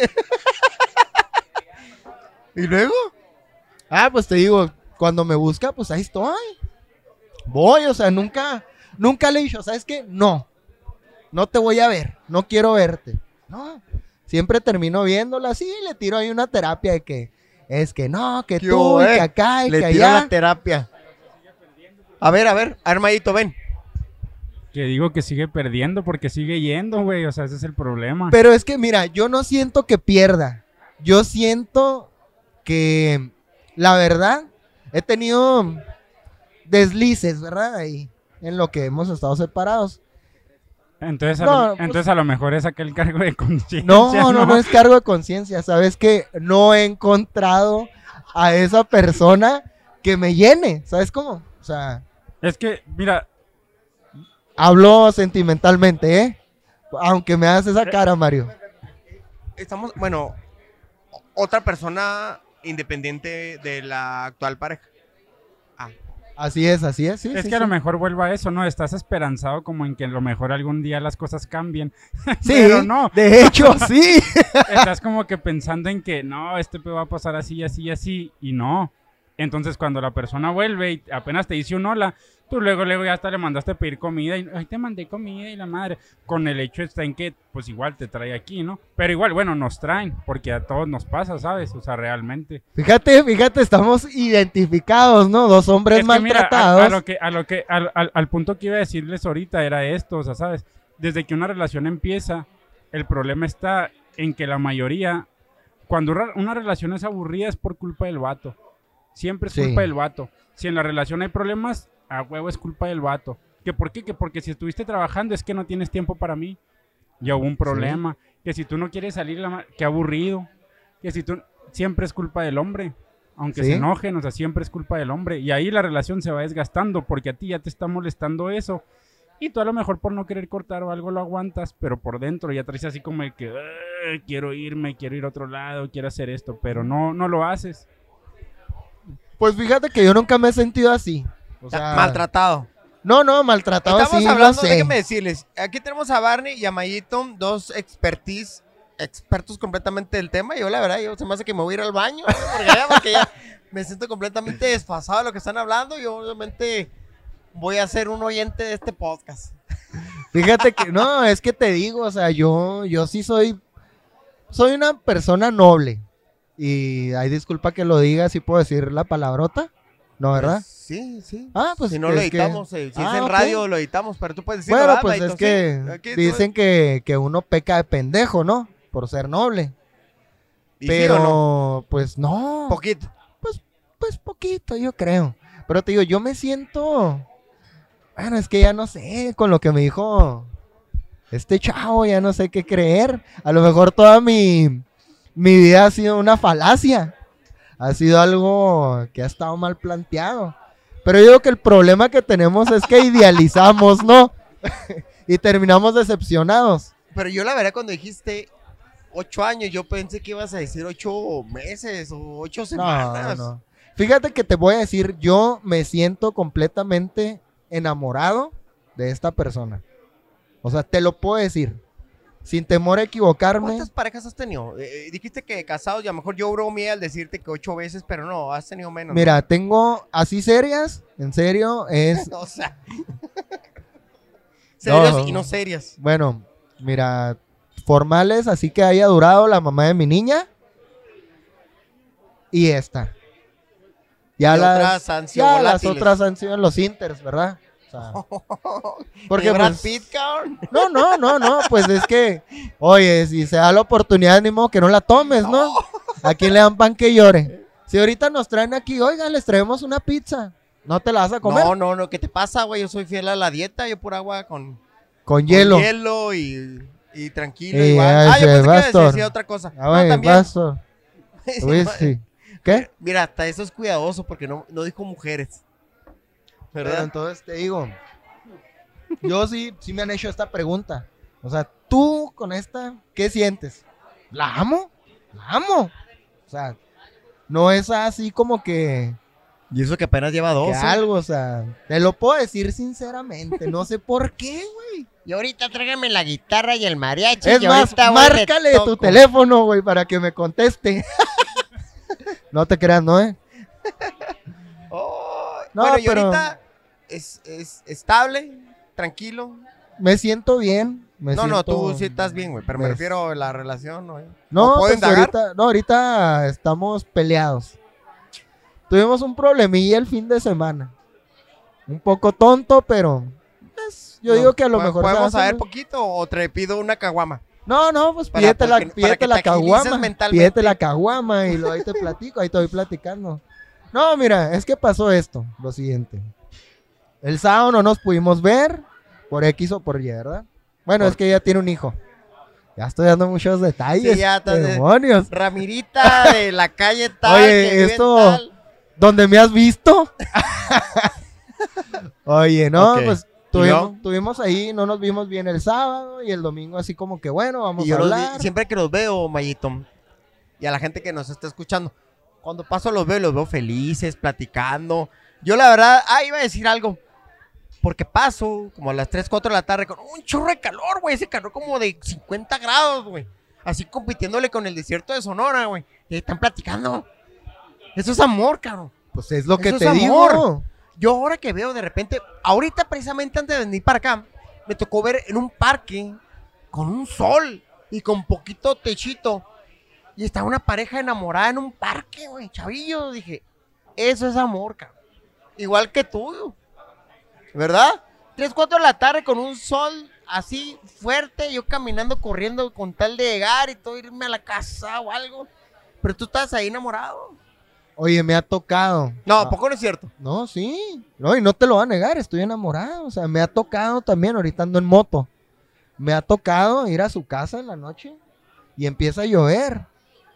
¿Y luego? Ah, pues te digo, cuando me busca, pues ahí estoy. Voy, o sea, nunca, nunca le he dicho, ¿sabes qué? No, no te voy a ver, no quiero verte. No, siempre termino viéndola así, le tiro ahí una terapia de que, es que no, que ¿Qué tú, hubo, y eh? que acá, y Le que tiró allá. la terapia. A ver, a ver, Armadito, ven. Que digo que sigue perdiendo porque sigue yendo, güey. O sea, ese es el problema. Pero es que, mira, yo no siento que pierda. Yo siento que, la verdad, he tenido deslices, ¿verdad? Ahí, en lo que hemos estado separados. Entonces, a, No, lo, pues- entonces a lo mejor es aquel cargo de conciencia. No, no, no es cargo de conciencia. Sabes que no he encontrado a esa persona que me llene. ¿Sabes cómo? O sea, Es que, mira, hablo sentimentalmente, ¿eh? Aunque me haces esa cara, Mario. Estamos, bueno, o- otra persona independiente de la actual pareja. Ah, Así es, así es, sí. es sí, que a sí. lo mejor vuelva a eso, ¿no? Estás esperanzado como en que a lo mejor algún día las cosas cambien. Sí, Pero no. de hecho, sí. Estás como que pensando en que no, este pedo va a pasar así, así, así, y no. Entonces cuando la persona vuelve y apenas te dice un hola, tú luego, luego ya hasta le mandaste a pedir comida y ay, te mandé comida y la madre. Con el hecho está en que, pues igual te trae aquí, ¿no? Pero igual, bueno, nos traen, porque a todos nos pasa, ¿sabes? O sea, realmente. Fíjate, fíjate, estamos identificados, ¿no? Dos hombres Es que mira, a- maltratados. a, lo que, a lo que, al, al- al punto que iba a decirles ahorita era esto, o sea, ¿sabes? Desde que una relación empieza, el problema está en que la mayoría, cuando una- una relación es aburrida es por culpa del vato. Siempre es Sí. culpa del vato. Si en la relación hay problemas, a huevo es culpa del vato. ¿Que por qué? Que porque si estuviste trabajando es que no tienes tiempo para mí. Ya hubo un problema. Sí. Que si tú no quieres salir, la ma- qué aburrido. Que si tú... Siempre es culpa del hombre. Aunque ¿Sí? se enojen, o sea, siempre es culpa del hombre. Y ahí la relación se va desgastando porque a ti ya te está molestando eso. Y tú a lo mejor por no querer cortar o algo lo aguantas, pero por dentro ya traes así como el que quiero irme, quiero ir a otro lado, quiero hacer esto, pero no, no lo haces. Pues fíjate que yo nunca me he sentido así. O sea, maltratado. No, no, maltratado Estamos sí, hablando, lo sé. déjenme decirles, aquí tenemos a Barney y a Mayito, dos expertise, expertos completamente del tema. Yo la verdad, yo se me hace que me voy a ir al baño, ¿eh? porque, ya, porque ya me siento completamente desfasado de lo que están hablando. Yo obviamente voy a ser un oyente de este podcast. Fíjate que, no, es que te digo, o sea, yo, yo sí soy, soy una persona noble. Y hay disculpa que lo diga, sí puedo decir la palabrota, ¿no, verdad? Pues, sí, sí. Ah, pues si no lo es que- editamos, eh, si Ah, es en ok. radio lo editamos, pero tú puedes decirlo, Bueno, ¿verdad, pues Mayito? es que Sí, aquí tú- dicen que, que uno peca de pendejo, ¿no? Por ser noble. ¿Y sí Pero, o no? pues no. Poquito. Pues poquito, yo creo. Pero te digo, yo me siento... Bueno, es que ya no sé, con lo que me dijo este chavo, ya no sé qué creer. A lo mejor toda mi, mi vida ha sido una falacia. Ha sido algo que ha estado mal planteado. Pero yo digo que el problema que tenemos es que idealizamos, ¿no? Y terminamos decepcionados. Pero yo la verdad cuando dijiste ocho años, yo pensé que ibas a decir ocho meses o ocho No, semanas. no. Fíjate que te voy a decir, yo me siento completamente enamorado de esta persona. O sea, te lo puedo decir. Sin temor a equivocarme. ¿Cuántas parejas has tenido? Eh, eh, dijiste que casados y a lo mejor yo bromeé al decirte que ocho veces, pero no, has tenido menos. Mira, tengo así serias, en serio, es... ¿no? O sea, serios No. y no serias. Bueno, mira, formales, así que haya durado la mamá de mi niña. Y esta. Ya Y las, otras han sido ya las volátiles. otras han sido en los inters, ¿verdad? O sea, porque ¿De Brad pues, Pitt, cabrón? no, no, no, no, pues es que, oye, si se da la oportunidad, ni modo que no la tomes, ¿no? ¿A quién le dan pan que llore? Si ahorita nos traen aquí, oigan, les traemos una pizza, ¿no te la vas a comer? No, no, no, ¿qué te pasa, güey? Yo soy fiel a la dieta, yo por agua con, Con hielo. con hielo y, y tranquilo. Y igual. a Ah, yo ese pensé que ibas a Bastor. decir otra cosa. Ah, No, güey, también. vaso. Uy, sí. ¿Qué? Mira, hasta eso es cuidadoso porque no, no dijo mujeres. Pero ¿Verdad? entonces te digo, yo sí, sí me han hecho esta pregunta. O sea, tú con esta, ¿qué sientes? ¿La amo? ¿La amo? O sea, no es así como que, Y eso que apenas lleva dos. que algo, o sea, te lo puedo decir sinceramente, no sé por qué, güey. Y ahorita tráigame la guitarra y el mariachi. Es y más, ahorita voy y le márcale tu toco. teléfono, güey, para que me conteste. No te creas, ¿no, eh? Oh, No, bueno, y pero- ahorita es, es estable, tranquilo. Me siento bien. Me no, no, siento- tú sí estás bien, güey. Pero me me- refiero a la relación, ¿no? No, ¿O puedo pues indagar? ahorita, no, ahorita estamos peleados. Tuvimos un problemilla el fin de semana. Un poco tonto, pero pues, yo No, digo que a lo ¿po- mejor se ¿Podemos va a saber hacer- poquito o te pido una caguama? No, no, pues Para- pídete la, para que- para pídete que la te agilices caguama. mentalmente. Pídete la caguama y luego ahí te platico, ahí te voy platicando. No, mira, es que pasó esto, lo siguiente. El sábado no nos pudimos ver por X o por Y, ¿verdad? Bueno, Por- es que ella tiene un hijo. Ya estoy dando muchos detalles. Sí, ya estás de- demonios. Ramirita de la calle tal. Oye, que vive en esto- tal. ¿Dónde me has visto? Oye, no, Ok. pues ¿Y tuvimos, luego? tuvimos ahí, no nos vimos bien el sábado y el domingo así como que bueno, vamos Y yo a los vi- hablar. siempre que los veo, Mayito, y a la gente que nos está escuchando, cuando paso los veo, los veo felices, platicando. Yo la verdad, ah, iba a decir algo. Porque paso como a las tres, cuatro de la tarde con un chorro de calor, güey. Ese calor como de cincuenta grados, güey. Así compitiéndole con el desierto de Sonora, güey. Y ahí están platicando. Eso es amor, cabrón. Pues es lo que Eso te es digo. amor. Yo ahora que veo de repente, ahorita precisamente antes de venir para acá, me tocó ver en un parque con un sol y con poquito techito. Y estaba una pareja enamorada en un parque, güey, chavillo. Dije, eso es amor, cabrón. Igual que tú, ¿verdad? Tres, cuatro de la tarde con un sol así fuerte, yo caminando, corriendo con tal de llegar y todo, irme a la casa o algo. Pero tú estás ahí enamorado. Oye, me ha tocado. No, Ah, poco no es cierto. No, sí. No, y no te lo voy a negar, estoy enamorado. O sea, me ha tocado también, ahorita ando en moto. Me ha tocado ir a su casa en la noche y empieza a llover.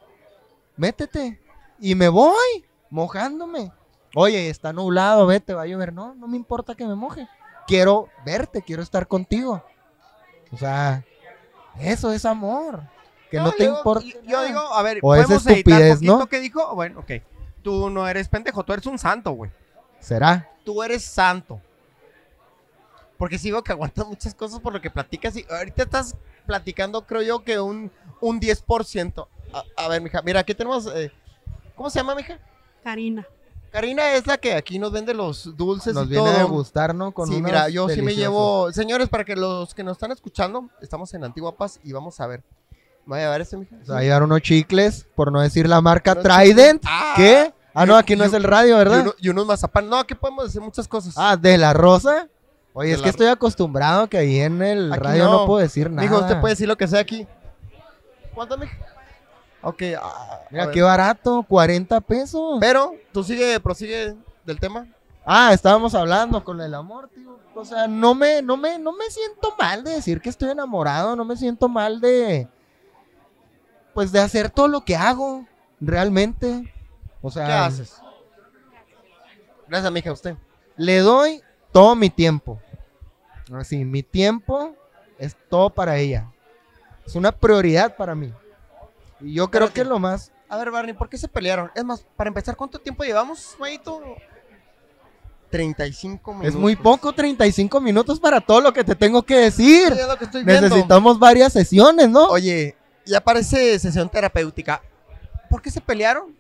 Métete. Y me voy, mojándome. Oye, está nublado, vete, va a llover. No, no me importa que me moje. Quiero verte, quiero estar contigo. O sea, eso es amor. Que no, te yo, importa. Yo, yo nada. digo, a ver, O es podemos editar estupidez, poquito ¿no? que dijo. Bueno, ok. Tú no eres pendejo, tú eres un santo, güey. ¿Será? Tú eres santo. Porque sigo que aguantas muchas cosas por lo que platicas y ahorita estás platicando, creo yo, que un, un diez por ciento. A, a ver, mija, mira, aquí tenemos... eh, ¿cómo se llama, mija? Karina. Karina es la que aquí nos vende los dulces Nos y viene todo. a gustar, ¿no? Con Sí, unos mira, yo sí me deliciosos. llevo... Señores, para que los que nos están escuchando, estamos en Antigua Paz y vamos a ver. ¿Me voy a llevar este, mija? Se va a llevar unos chicles, por no decir la marca Unos Trident. Ah, ¿Qué? Ah, no, y- aquí no y- es el radio, Y, ¿verdad? uno- y unos mazapanes. No, aquí podemos decir muchas cosas. Ah, de la Rosa. Oye, De es la que Ro- estoy acostumbrado que ahí en el Aquí radio no. puedo decir nada. Dijo, usted puede decir lo que sea aquí. ¿Cuánto, mija? Ok, ah, a Mira, ver. qué barato, cuarenta pesos. Pero, tú sigue, prosigue del tema. Ah, estábamos hablando con el amor, tío. O sea, no me, no me, no me siento mal de decir que estoy enamorado, no me siento mal de, pues, de hacer todo lo que hago, realmente. O sea, ¿Qué haces? Gracias, mija, a usted. le doy todo mi tiempo. Así, mi tiempo es todo para ella. Es una prioridad para mí. Y yo creo Espérate. que es lo más. A ver, Barney, ¿por qué se pelearon? Es más, para empezar, ¿cuánto tiempo llevamos, güeyito? treinta y cinco minutos. Es muy poco, treinta y cinco minutos para todo lo que te tengo que decir. Sí, es lo que estoy viendo. Necesitamos varias sesiones, ¿no? Oye, ya parece sesión terapéutica. ¿Por qué se pelearon?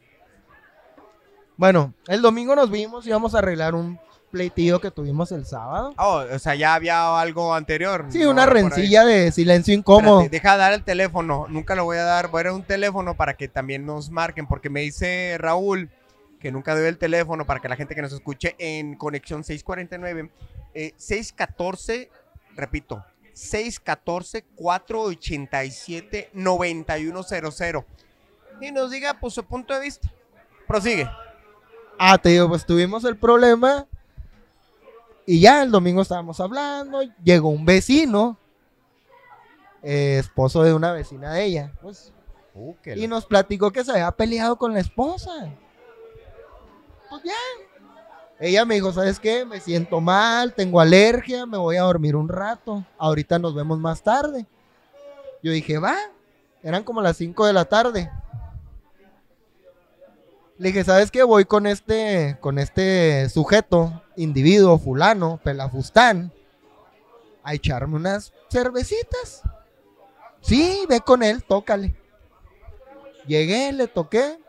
Bueno, el domingo nos vimos y íbamos a arreglar un pleitillo que tuvimos el sábado. Oh, o sea, ya había algo anterior. Sí, ¿no? una Por ahí. rencilla de silencio incómodo. Espérate, deja de dar el teléfono. Nunca lo voy a dar. Voy a dar un teléfono para que también nos marquen. Porque me dice Raúl que nunca doy el teléfono para que la gente que nos escuche en Conexión seiscientos cuarenta y nueve, eh, seiscientos catorce, repito, seiscientos catorce, cuatrocientos ochenta y siete, noventa y uno cero cero. Y nos diga pues su punto de vista. Prosigue. Ah, te digo, pues tuvimos el problema. Y ya el domingo estábamos hablando. Llegó un vecino, eh, esposo de una vecina de ella. Pues, Uh, qué y nos platicó que se había peleado con la esposa. Pues ya. Ella me dijo, ¿sabes qué? Me siento mal, tengo alergia, me voy a dormir un rato. Ahorita nos vemos más tarde. Yo dije, va. Eran como las cinco de la tarde. Le dije, ¿sabes qué? Voy con este, con este sujeto, individuo, fulano, pelafustán, a echarme unas cervecitas. Sí, ve con él, tócale. Llegué, le toqué,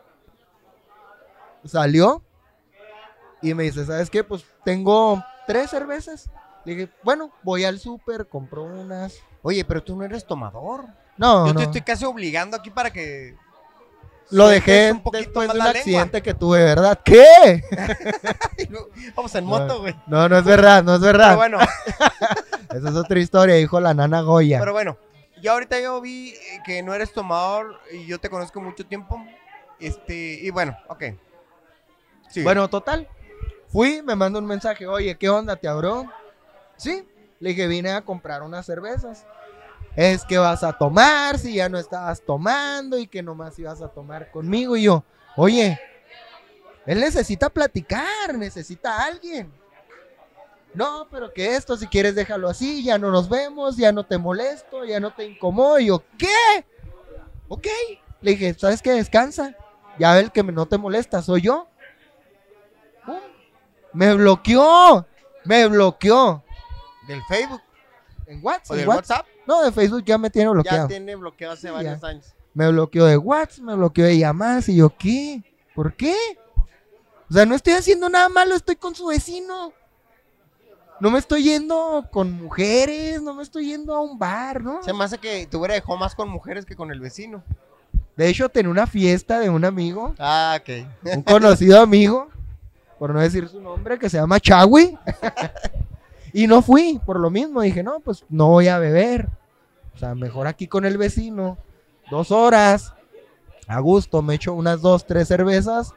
salió y me dice, ¿sabes qué? Pues tengo tres cervezas. Le dije, bueno, voy al súper, compro unas. Oye, pero tú no eres tomador. No, Yo no. te estoy casi obligando aquí para que Lo sueltes dejé un poquito después más de un la lengua. accidente que tuve, ¿verdad? ¿Qué? Vamos en moto, güey. No, no es verdad, no es Pero verdad. bueno, Esa es otra historia, dijo la nana Goya. pero bueno, yo ahorita yo vi eh, que no eres tomador y yo te conozco mucho tiempo. Este, y bueno, ok. Sí. Bueno, total. Fui, me mandó un mensaje, oye, ¿qué onda? ¿Te habló? Sí. Le dije, vine a comprar unas cervezas. Es que vas a tomar si ya no estabas tomando y que nomás ibas a tomar conmigo. Y yo, oye, él necesita platicar, necesita a alguien. No, pero que esto, si quieres déjalo así, ya no nos vemos, ya no te molesto, ya no te incomodo. Y yo, ¿qué? Ok. Le dije, ¿sabes qué? Descansa. Ya el que no te molesta soy yo. ¡Pum! Me bloqueó, me bloqueó. del Facebook En o WhatsApp, del en WhatsApp. WhatsApp No, de Facebook ya me tiene ya bloqueado. tiene bloqueado hace Sí, varios ya. años. Me bloqueó de WhatsApp, me bloqueó de llamadas. Y yo, ¿qué? ¿Por qué? O sea, no estoy haciendo nada malo, estoy con su vecino. No me estoy yendo con mujeres, no me estoy yendo a un bar, ¿no? Se me hace que te hubiera dejado más con mujeres que con el vecino. De hecho, tenía una fiesta de un amigo, Ah, ok. un conocido amigo, por no decir su nombre, que se llama Chagui. Y no fui, por lo mismo. Dije, no, pues no voy a beber. O sea, mejor aquí con el vecino. Dos horas. A gusto, me echo unas dos, tres cervezas.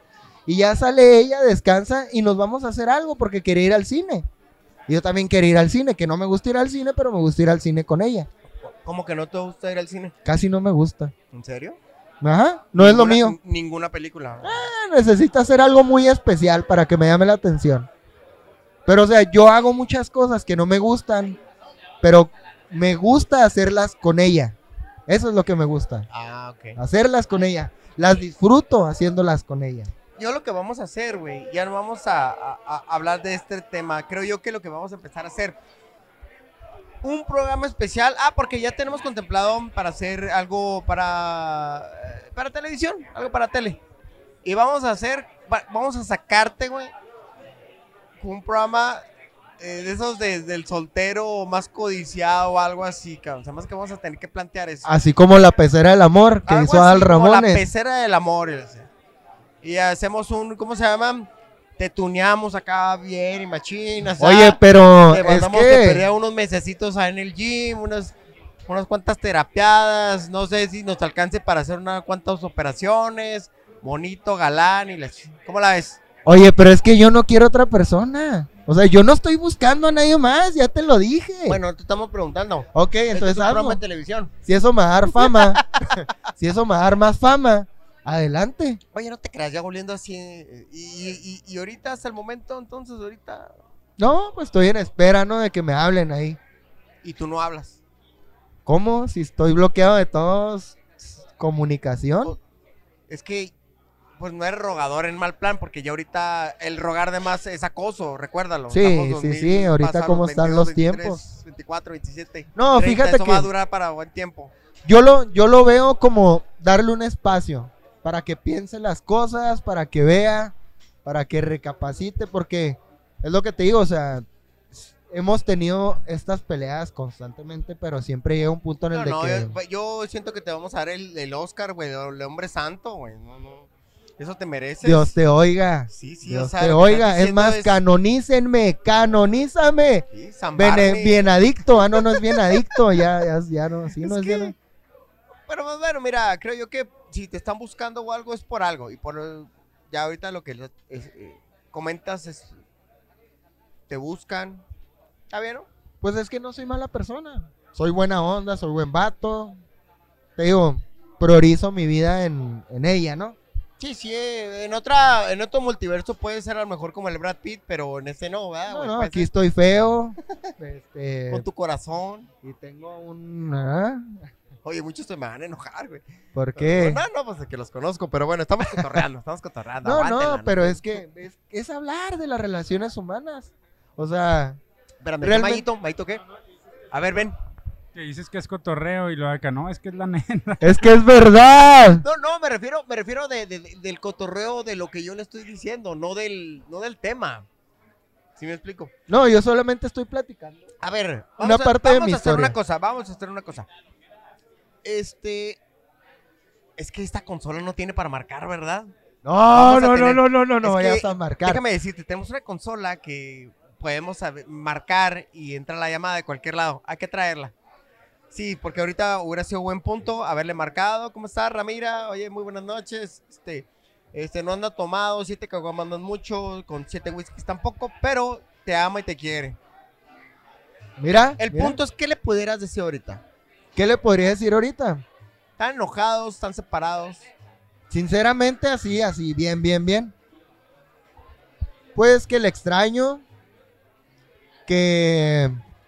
Y ya sale ella, descansa y nos vamos a hacer algo porque quiere ir al cine. Y yo también quiero ir al cine, que no me gusta ir al cine, pero me gusta ir al cine con ella. ¿Cómo que no te gusta ir al cine? Casi no me gusta. ¿En serio? Ajá, no es lo Ninguna- mío. Ninguna película. Ah, necesita hacer algo muy especial para que me llame la atención. Pero o sea, yo hago muchas cosas que no me gustan, pero me gusta hacerlas con ella. Eso es lo que me gusta. Ah, ok. Hacerlas con ella. Las disfruto haciéndolas con ella. Yo lo que vamos a hacer, güey, ya no vamos a, a- a hablar de este tema. Creo yo que lo que vamos a empezar a hacer, un programa especial. Ah, porque ya tenemos contemplado para hacer algo para, eh, para televisión, algo para tele. Y vamos a hacer, va- vamos a sacarte, güey, un programa eh, de esos de- del soltero más codiciado o algo así, cabrón. O sea, más que vamos a tener que plantear eso. Así como la pecera del amor que Algo hizo Al así como la Ramones. pecera del amor. o sea. Y hacemos un, ¿cómo se llama? Te tuneamos acá bien y machinas. Oye, pero te es mandamos que perder que unos mesecitos ahí en el gym, unas, unas cuantas terapiadas, no sé si nos alcance para hacer unas cuantas operaciones, bonito, galán y la ch- ¿Cómo la ves? Oye, pero es que yo no quiero otra persona. O sea, yo no estoy buscando a nadie más, ya te lo dije. Bueno, te estamos preguntando. Ok, Este entonces es un hazlo. programa de televisión. Si eso me va a dar fama, si eso me va a dar más fama, adelante. Oye, no te creas, ya volviendo así. eh, Y, y, y, y ahorita hasta el momento, entonces, ahorita. No, pues estoy en espera, ¿no? De que me hablen ahí. Y tú no hablas. ¿Cómo? Si estoy bloqueado de todos comunicación. Es que, pues no eres rogador en mal plan, porque ya ahorita el rogar de más es acoso, recuérdalo. Sí, Estamos sí, sí, ahorita pasados cómo están veintidós, los veintitrés, tiempos. veinticuatro, veintisiete. No, treinta, fíjate eso que va a durar para buen tiempo. yo lo, yo lo veo como darle un espacio para que piense las cosas, para que vea, para que recapacite, porque es lo que te digo, o sea, hemos tenido estas peleas constantemente, pero siempre llega un punto en el No, de no, que... yo, yo siento que te vamos a dar el, el Oscar, güey, el hombre santo, güey. No, no. Eso te mereces. Dios te oiga. Sí, sí, Dios o sea, te lo que estás oiga. Es diciendo más, es- canonícenme, canonízame. Sí, San Bene- Barney. bien adicto. Ah, no, no es bien adicto. Ya, ya, ya no, sí, Es no es que- bien. Pero pues, bueno, mira, creo yo que si te están buscando o algo es por algo. Y por el- ya ahorita lo que lo- es, eh, comentas es. Te buscan. ¿Está bien, no? Pues es que no soy mala persona. Soy buena onda, soy buen vato. Te digo, priorizo mi vida en, en ella, ¿no? Sí, sí, eh, en otra, en otro multiverso puede ser a lo mejor como el Brad Pitt, pero en este no, ¿verdad? No, güey? no, Puede aquí ser estoy feo. este, con tu corazón. y tengo un... ¿ah? Oye, muchos se me van a enojar, güey. ¿Por qué? No, no, pues es que los conozco, pero bueno, estamos cotorreando, estamos cotorreando. No, aguántenla, no, pero es que es, es hablar de las relaciones humanas. O sea, Espérame, ¿qué, realmente- Mayito? ¿Mayito qué? A ver, ven. Que dices que es cotorreo y lo de acá, no, es que es la nena. es que es verdad. No, no, me refiero, me refiero de, de- de- del cotorreo de lo que yo le estoy diciendo, no del, no del tema. ¿Sí me explico? No, yo solamente estoy platicando. A ver, Una a, parte de vamos mi a hacer historia. una cosa, vamos a hacer una cosa. Este, es que esta consola no tiene para marcar, ¿verdad? No, Vamos a no, no, tener- no, no, no, no es vayas que, a marcar. Déjame decirte, tenemos una consola que podemos saber- marcar y entra la llamada de cualquier lado. Hay que traerla. Sí, porque ahorita hubiera sido buen punto haberle marcado. ¿Cómo estás, Ramira? Oye, muy buenas noches. Este, este no anda tomado, siete caguamas no es mucho, con siete whiskies tampoco, pero te ama y te quiere. Mira, El mira, punto es, ¿qué le pudieras decir ahorita? ¿qué le podría decir ahorita? ¿Están enojados? ¿Están separados? Sinceramente, así, así, bien, bien, bien. Pues que le extraño. Que...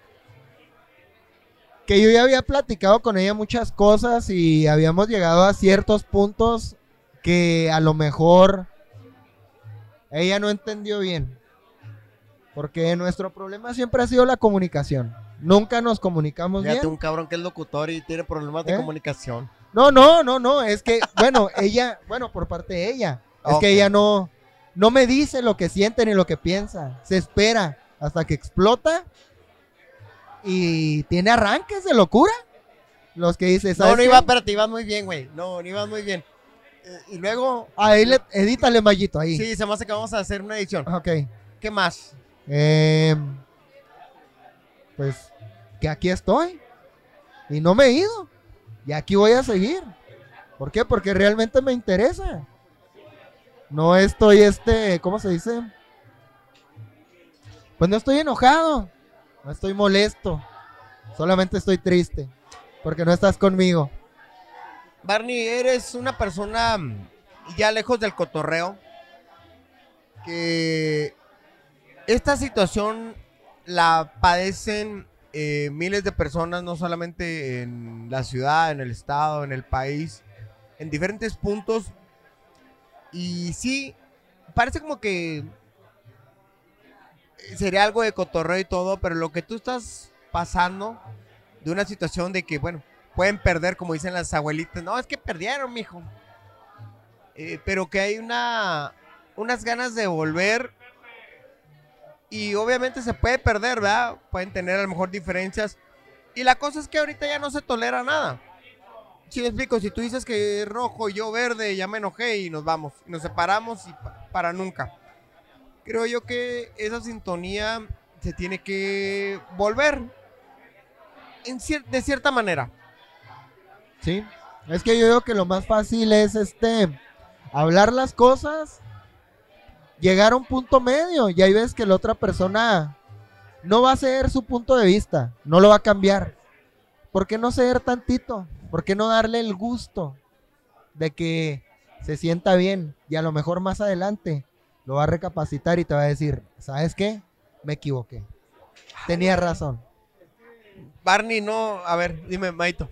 Que yo ya había platicado con ella muchas cosas y habíamos llegado a ciertos puntos que a lo mejor ella no entendió bien. Porque nuestro problema siempre ha sido la comunicación. Nunca nos comunicamos Fíjate, bien. un cabrón que es locutor y tiene problemas de ¿Eh? comunicación. No, no, no, no, es que, bueno, ella, bueno, por parte de ella, es Ok. que ella no, no me dice lo que siente ni lo que piensa, se espera hasta que explota y tiene arranques de locura, los que dice, No, ¿sabes no qué? iba, espérate, ibas muy bien, güey. No, no ibas muy bien. Eh, y luego, Ahí le, edítale, Mayito, ahí. sí, se me hace que vamos a hacer una edición. Ok, ¿Qué más? eh, pues, que aquí estoy y no me he ido, y aquí voy a seguir. ¿Por qué? Porque realmente me interesa. No estoy este, ¿cómo se dice? Pues no estoy enojado, no estoy molesto, solamente estoy triste, porque no estás conmigo. Barney, eres una persona ya lejos del cotorreo, que esta situación la padecen eh, miles de personas, no solamente en la ciudad, en el estado, en el país, en diferentes puntos. Y sí, parece como que sería algo de cotorreo y todo, pero lo que tú estás pasando de una situación de que, bueno, pueden perder, como dicen las abuelitas, no, es que perdieron, mijo. Eh, pero que hay una, unas ganas de volver y obviamente se puede perder, ¿verdad? Pueden tener a lo mejor diferencias y la cosa es que ahorita ya no se tolera nada. Si me explico, si tú dices que es rojo y yo verde, ya me enojé y nos vamos, y nos separamos y pa- para nunca. Creo yo que esa sintonía se tiene que volver en cier- de cierta manera. Sí, es que yo digo que lo más fácil es este hablar las cosas, llegar a un punto medio y ahí ves que la otra persona no va a ceder su punto de vista, no lo va a cambiar. ¿Por qué no ceder tantito? ¿Por qué no darle el gusto de que se sienta bien? Y a lo mejor más adelante lo va a recapacitar y te va a decir, ¿sabes qué? Me equivoqué. Tenía razón. Barney, no, a ver, dime, Maito.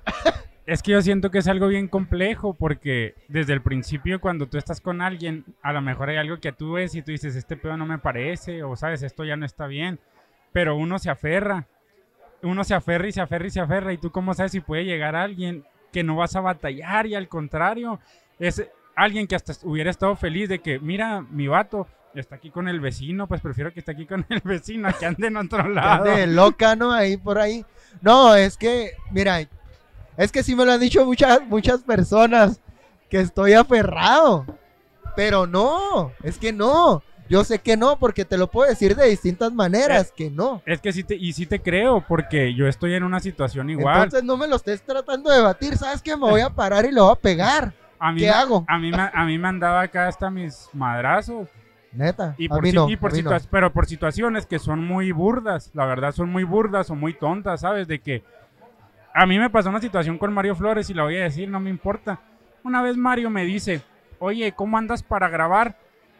Es que yo siento que es algo bien complejo porque desde el principio cuando tú estás con alguien, a lo mejor hay algo que tú ves y tú dices, este pedo no me parece, o sabes, esto ya no está bien, pero uno se aferra, uno se aferra y se aferra y se aferra y tú cómo sabes si puede llegar a alguien que no vas a batallar y al contrario, es alguien que hasta hubiera estado feliz de que, mira, mi vato está aquí con el vecino, pues prefiero que esté aquí con el vecino, que ande en otro lado. De loca, ¿no? Ahí por ahí. No, es que, mira, es que sí me lo han dicho muchas, muchas personas que estoy aferrado. Pero no, es que no. Yo sé que no, porque te lo puedo decir de distintas maneras, es, que no. Es que sí te, y sí te creo, porque yo estoy en una situación igual. Entonces no me lo estés tratando de debatir, ¿sabes qué? Me voy a parar y lo voy a pegar. A mí ¿Qué me, hago? A mí, me, a mí me han dado acá hasta mis madrazos. Neta, Y a por, mí si- no, y por a mí no. situa- pero por situaciones que son muy burdas, la verdad son muy burdas o muy tontas, ¿sabes? De que a mí me pasó una situación con Mario Flores y la voy a decir, no me importa. Una vez Mario me dice, oye, ¿cómo andas para grabar?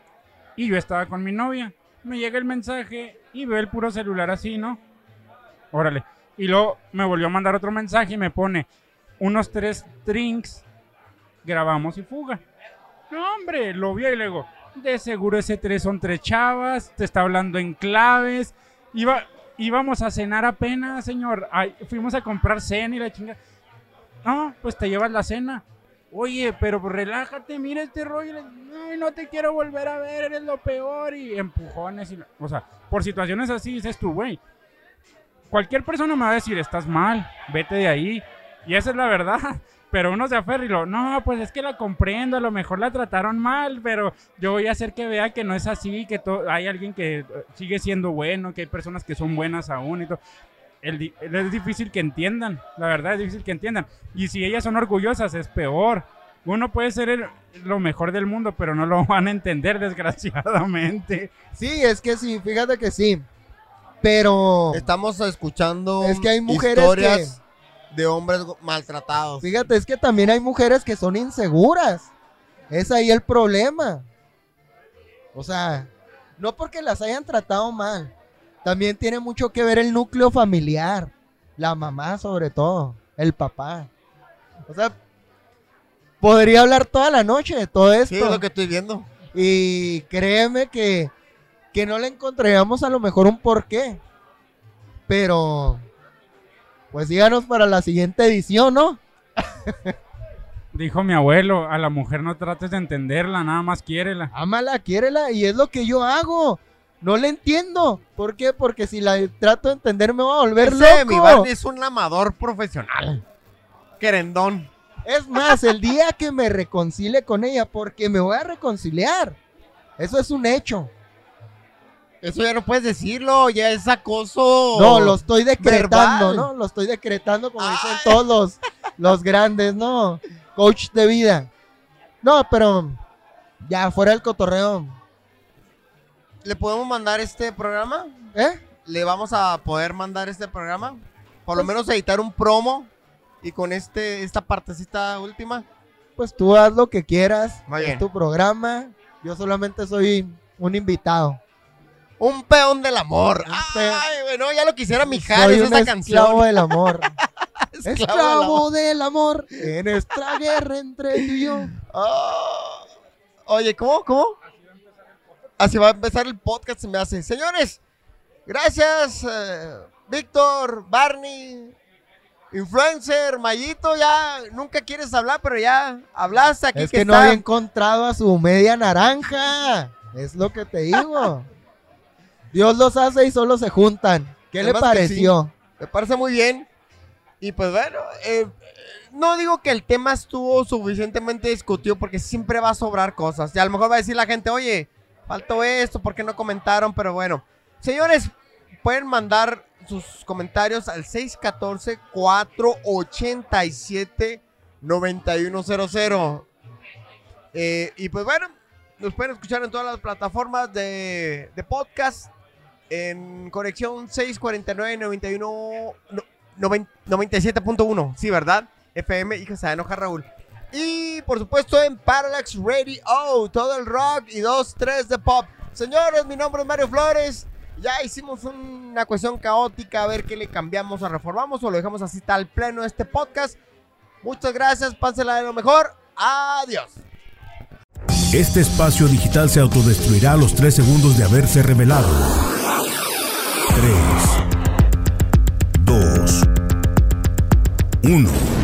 Y yo estaba con mi novia. Me llega el mensaje y veo el puro celular así, ¿no? Órale. Y luego me volvió a mandar otro mensaje y me pone unos tres drinks, grabamos y fuga. No, hombre, lo vi y le digo, de seguro ese tres son tres chavas, te está hablando en claves. Iba, íbamos a cenar apenas, señor. Ay, fuimos a comprar cena y la chinga. No, pues te llevas la cena. Oye, pero pues relájate, mira este rollo. Ay, no te quiero volver a ver, eres lo peor. Y empujones. Y la- o sea, por situaciones así dices tú, güey. Cualquier persona me va a decir, estás mal, vete de ahí. Y esa es la verdad. Pero uno se aferra y lo, no, pues es que la comprendo, a lo mejor la trataron mal, pero yo voy a hacer que vea que no es así, que to- hay alguien que eh, sigue siendo bueno, que hay personas que son buenas aún y todo. El di- es difícil que entiendan, la verdad es difícil que entiendan. Y si ellas son orgullosas, es peor. Uno puede ser el- lo mejor del mundo, pero no lo van a entender, desgraciadamente. Sí, es que sí, fíjate que sí. Pero Estamos escuchando Es que hay mujeres historias de hombres go- maltratados. fíjate, es que también hay mujeres que son inseguras. Es ahí el problema. O sea, no porque las hayan tratado mal. También tiene mucho que ver el núcleo familiar. La mamá sobre todo. El papá. O sea, podría hablar toda la noche de todo esto. Sí, es lo que estoy viendo. Y créeme que, que no le encontraríamos a lo mejor un porqué. Pero, pues síganos para la siguiente edición, ¿no? Dijo mi abuelo, a la mujer no trates de entenderla, nada más quiérela. Ámala, quiérela, y es lo que yo hago. No le entiendo. ¿Por qué? Porque si la trato de entender me voy a volver Ese mi loco. Barney es un amador profesional. Querendón. Es más, el día que me reconcilie con ella, porque me voy a reconciliar. Eso es un hecho. Eso ya no puedes decirlo, ya es acoso. No, lo estoy decretando, verbal. ¿no? Lo estoy decretando como dicen Ay. todos los, los grandes, ¿no? Coach de vida. No, pero Ya, fuera del cotorreo. ¿Le podemos mandar este programa? ¿Eh? ¿Le vamos a poder mandar este programa? Por lo Pues- menos editar un promo y con este esta partecita última. Pues tú haz lo que quieras. Muy es bien. tu programa. Yo solamente soy un invitado. Un peón del amor. Un pe- Ay, bueno, ya lo quisiera Mijares Soy un esta esclavo canción. del amor. Esclavo del amor. Esclavo del amor en nuestra guerra entre tú y yo. Ah, oye, ¿cómo? ¿Cómo? Así va a empezar el podcast, se me hace. Señores, gracias, eh, Víctor, Barney, influencer, Mayito, ya nunca quieres hablar, pero ya hablaste aquí. Es que, no está. había encontrado a su media naranja. Es lo que te digo. Dios los hace y solo se juntan. ¿Qué le Además que pareció? Me parece muy bien. Y pues bueno, eh, no digo que el tema estuvo suficientemente discutido porque siempre va a sobrar cosas. Y a lo mejor va a decir la gente, oye, faltó esto, ¿por qué no comentaron? Pero bueno, señores, pueden mandar sus comentarios al seis uno cuatro, cuatro ocho siete, nueve uno cero cero. Eh, y pues bueno, nos pueden escuchar en todas las plataformas de, de podcast. En conexión seiscientos cuarenta y nueve, noventa y uno, no, noventa, noventa y siete punto uno. Sí, ¿verdad? F M, hija, se enoja Raúl. Y por supuesto en Parallax Radio, todo el rock y dos, tres de pop. Señores, mi nombre es Mario Flores. Ya hicimos una cuestión caótica, a ver qué le cambiamos o reformamos o lo dejamos así tal pleno este podcast. Muchas gracias, pásela de lo mejor. Adiós. Este espacio digital se autodestruirá a los tres segundos de haberse revelado. tres, dos, uno.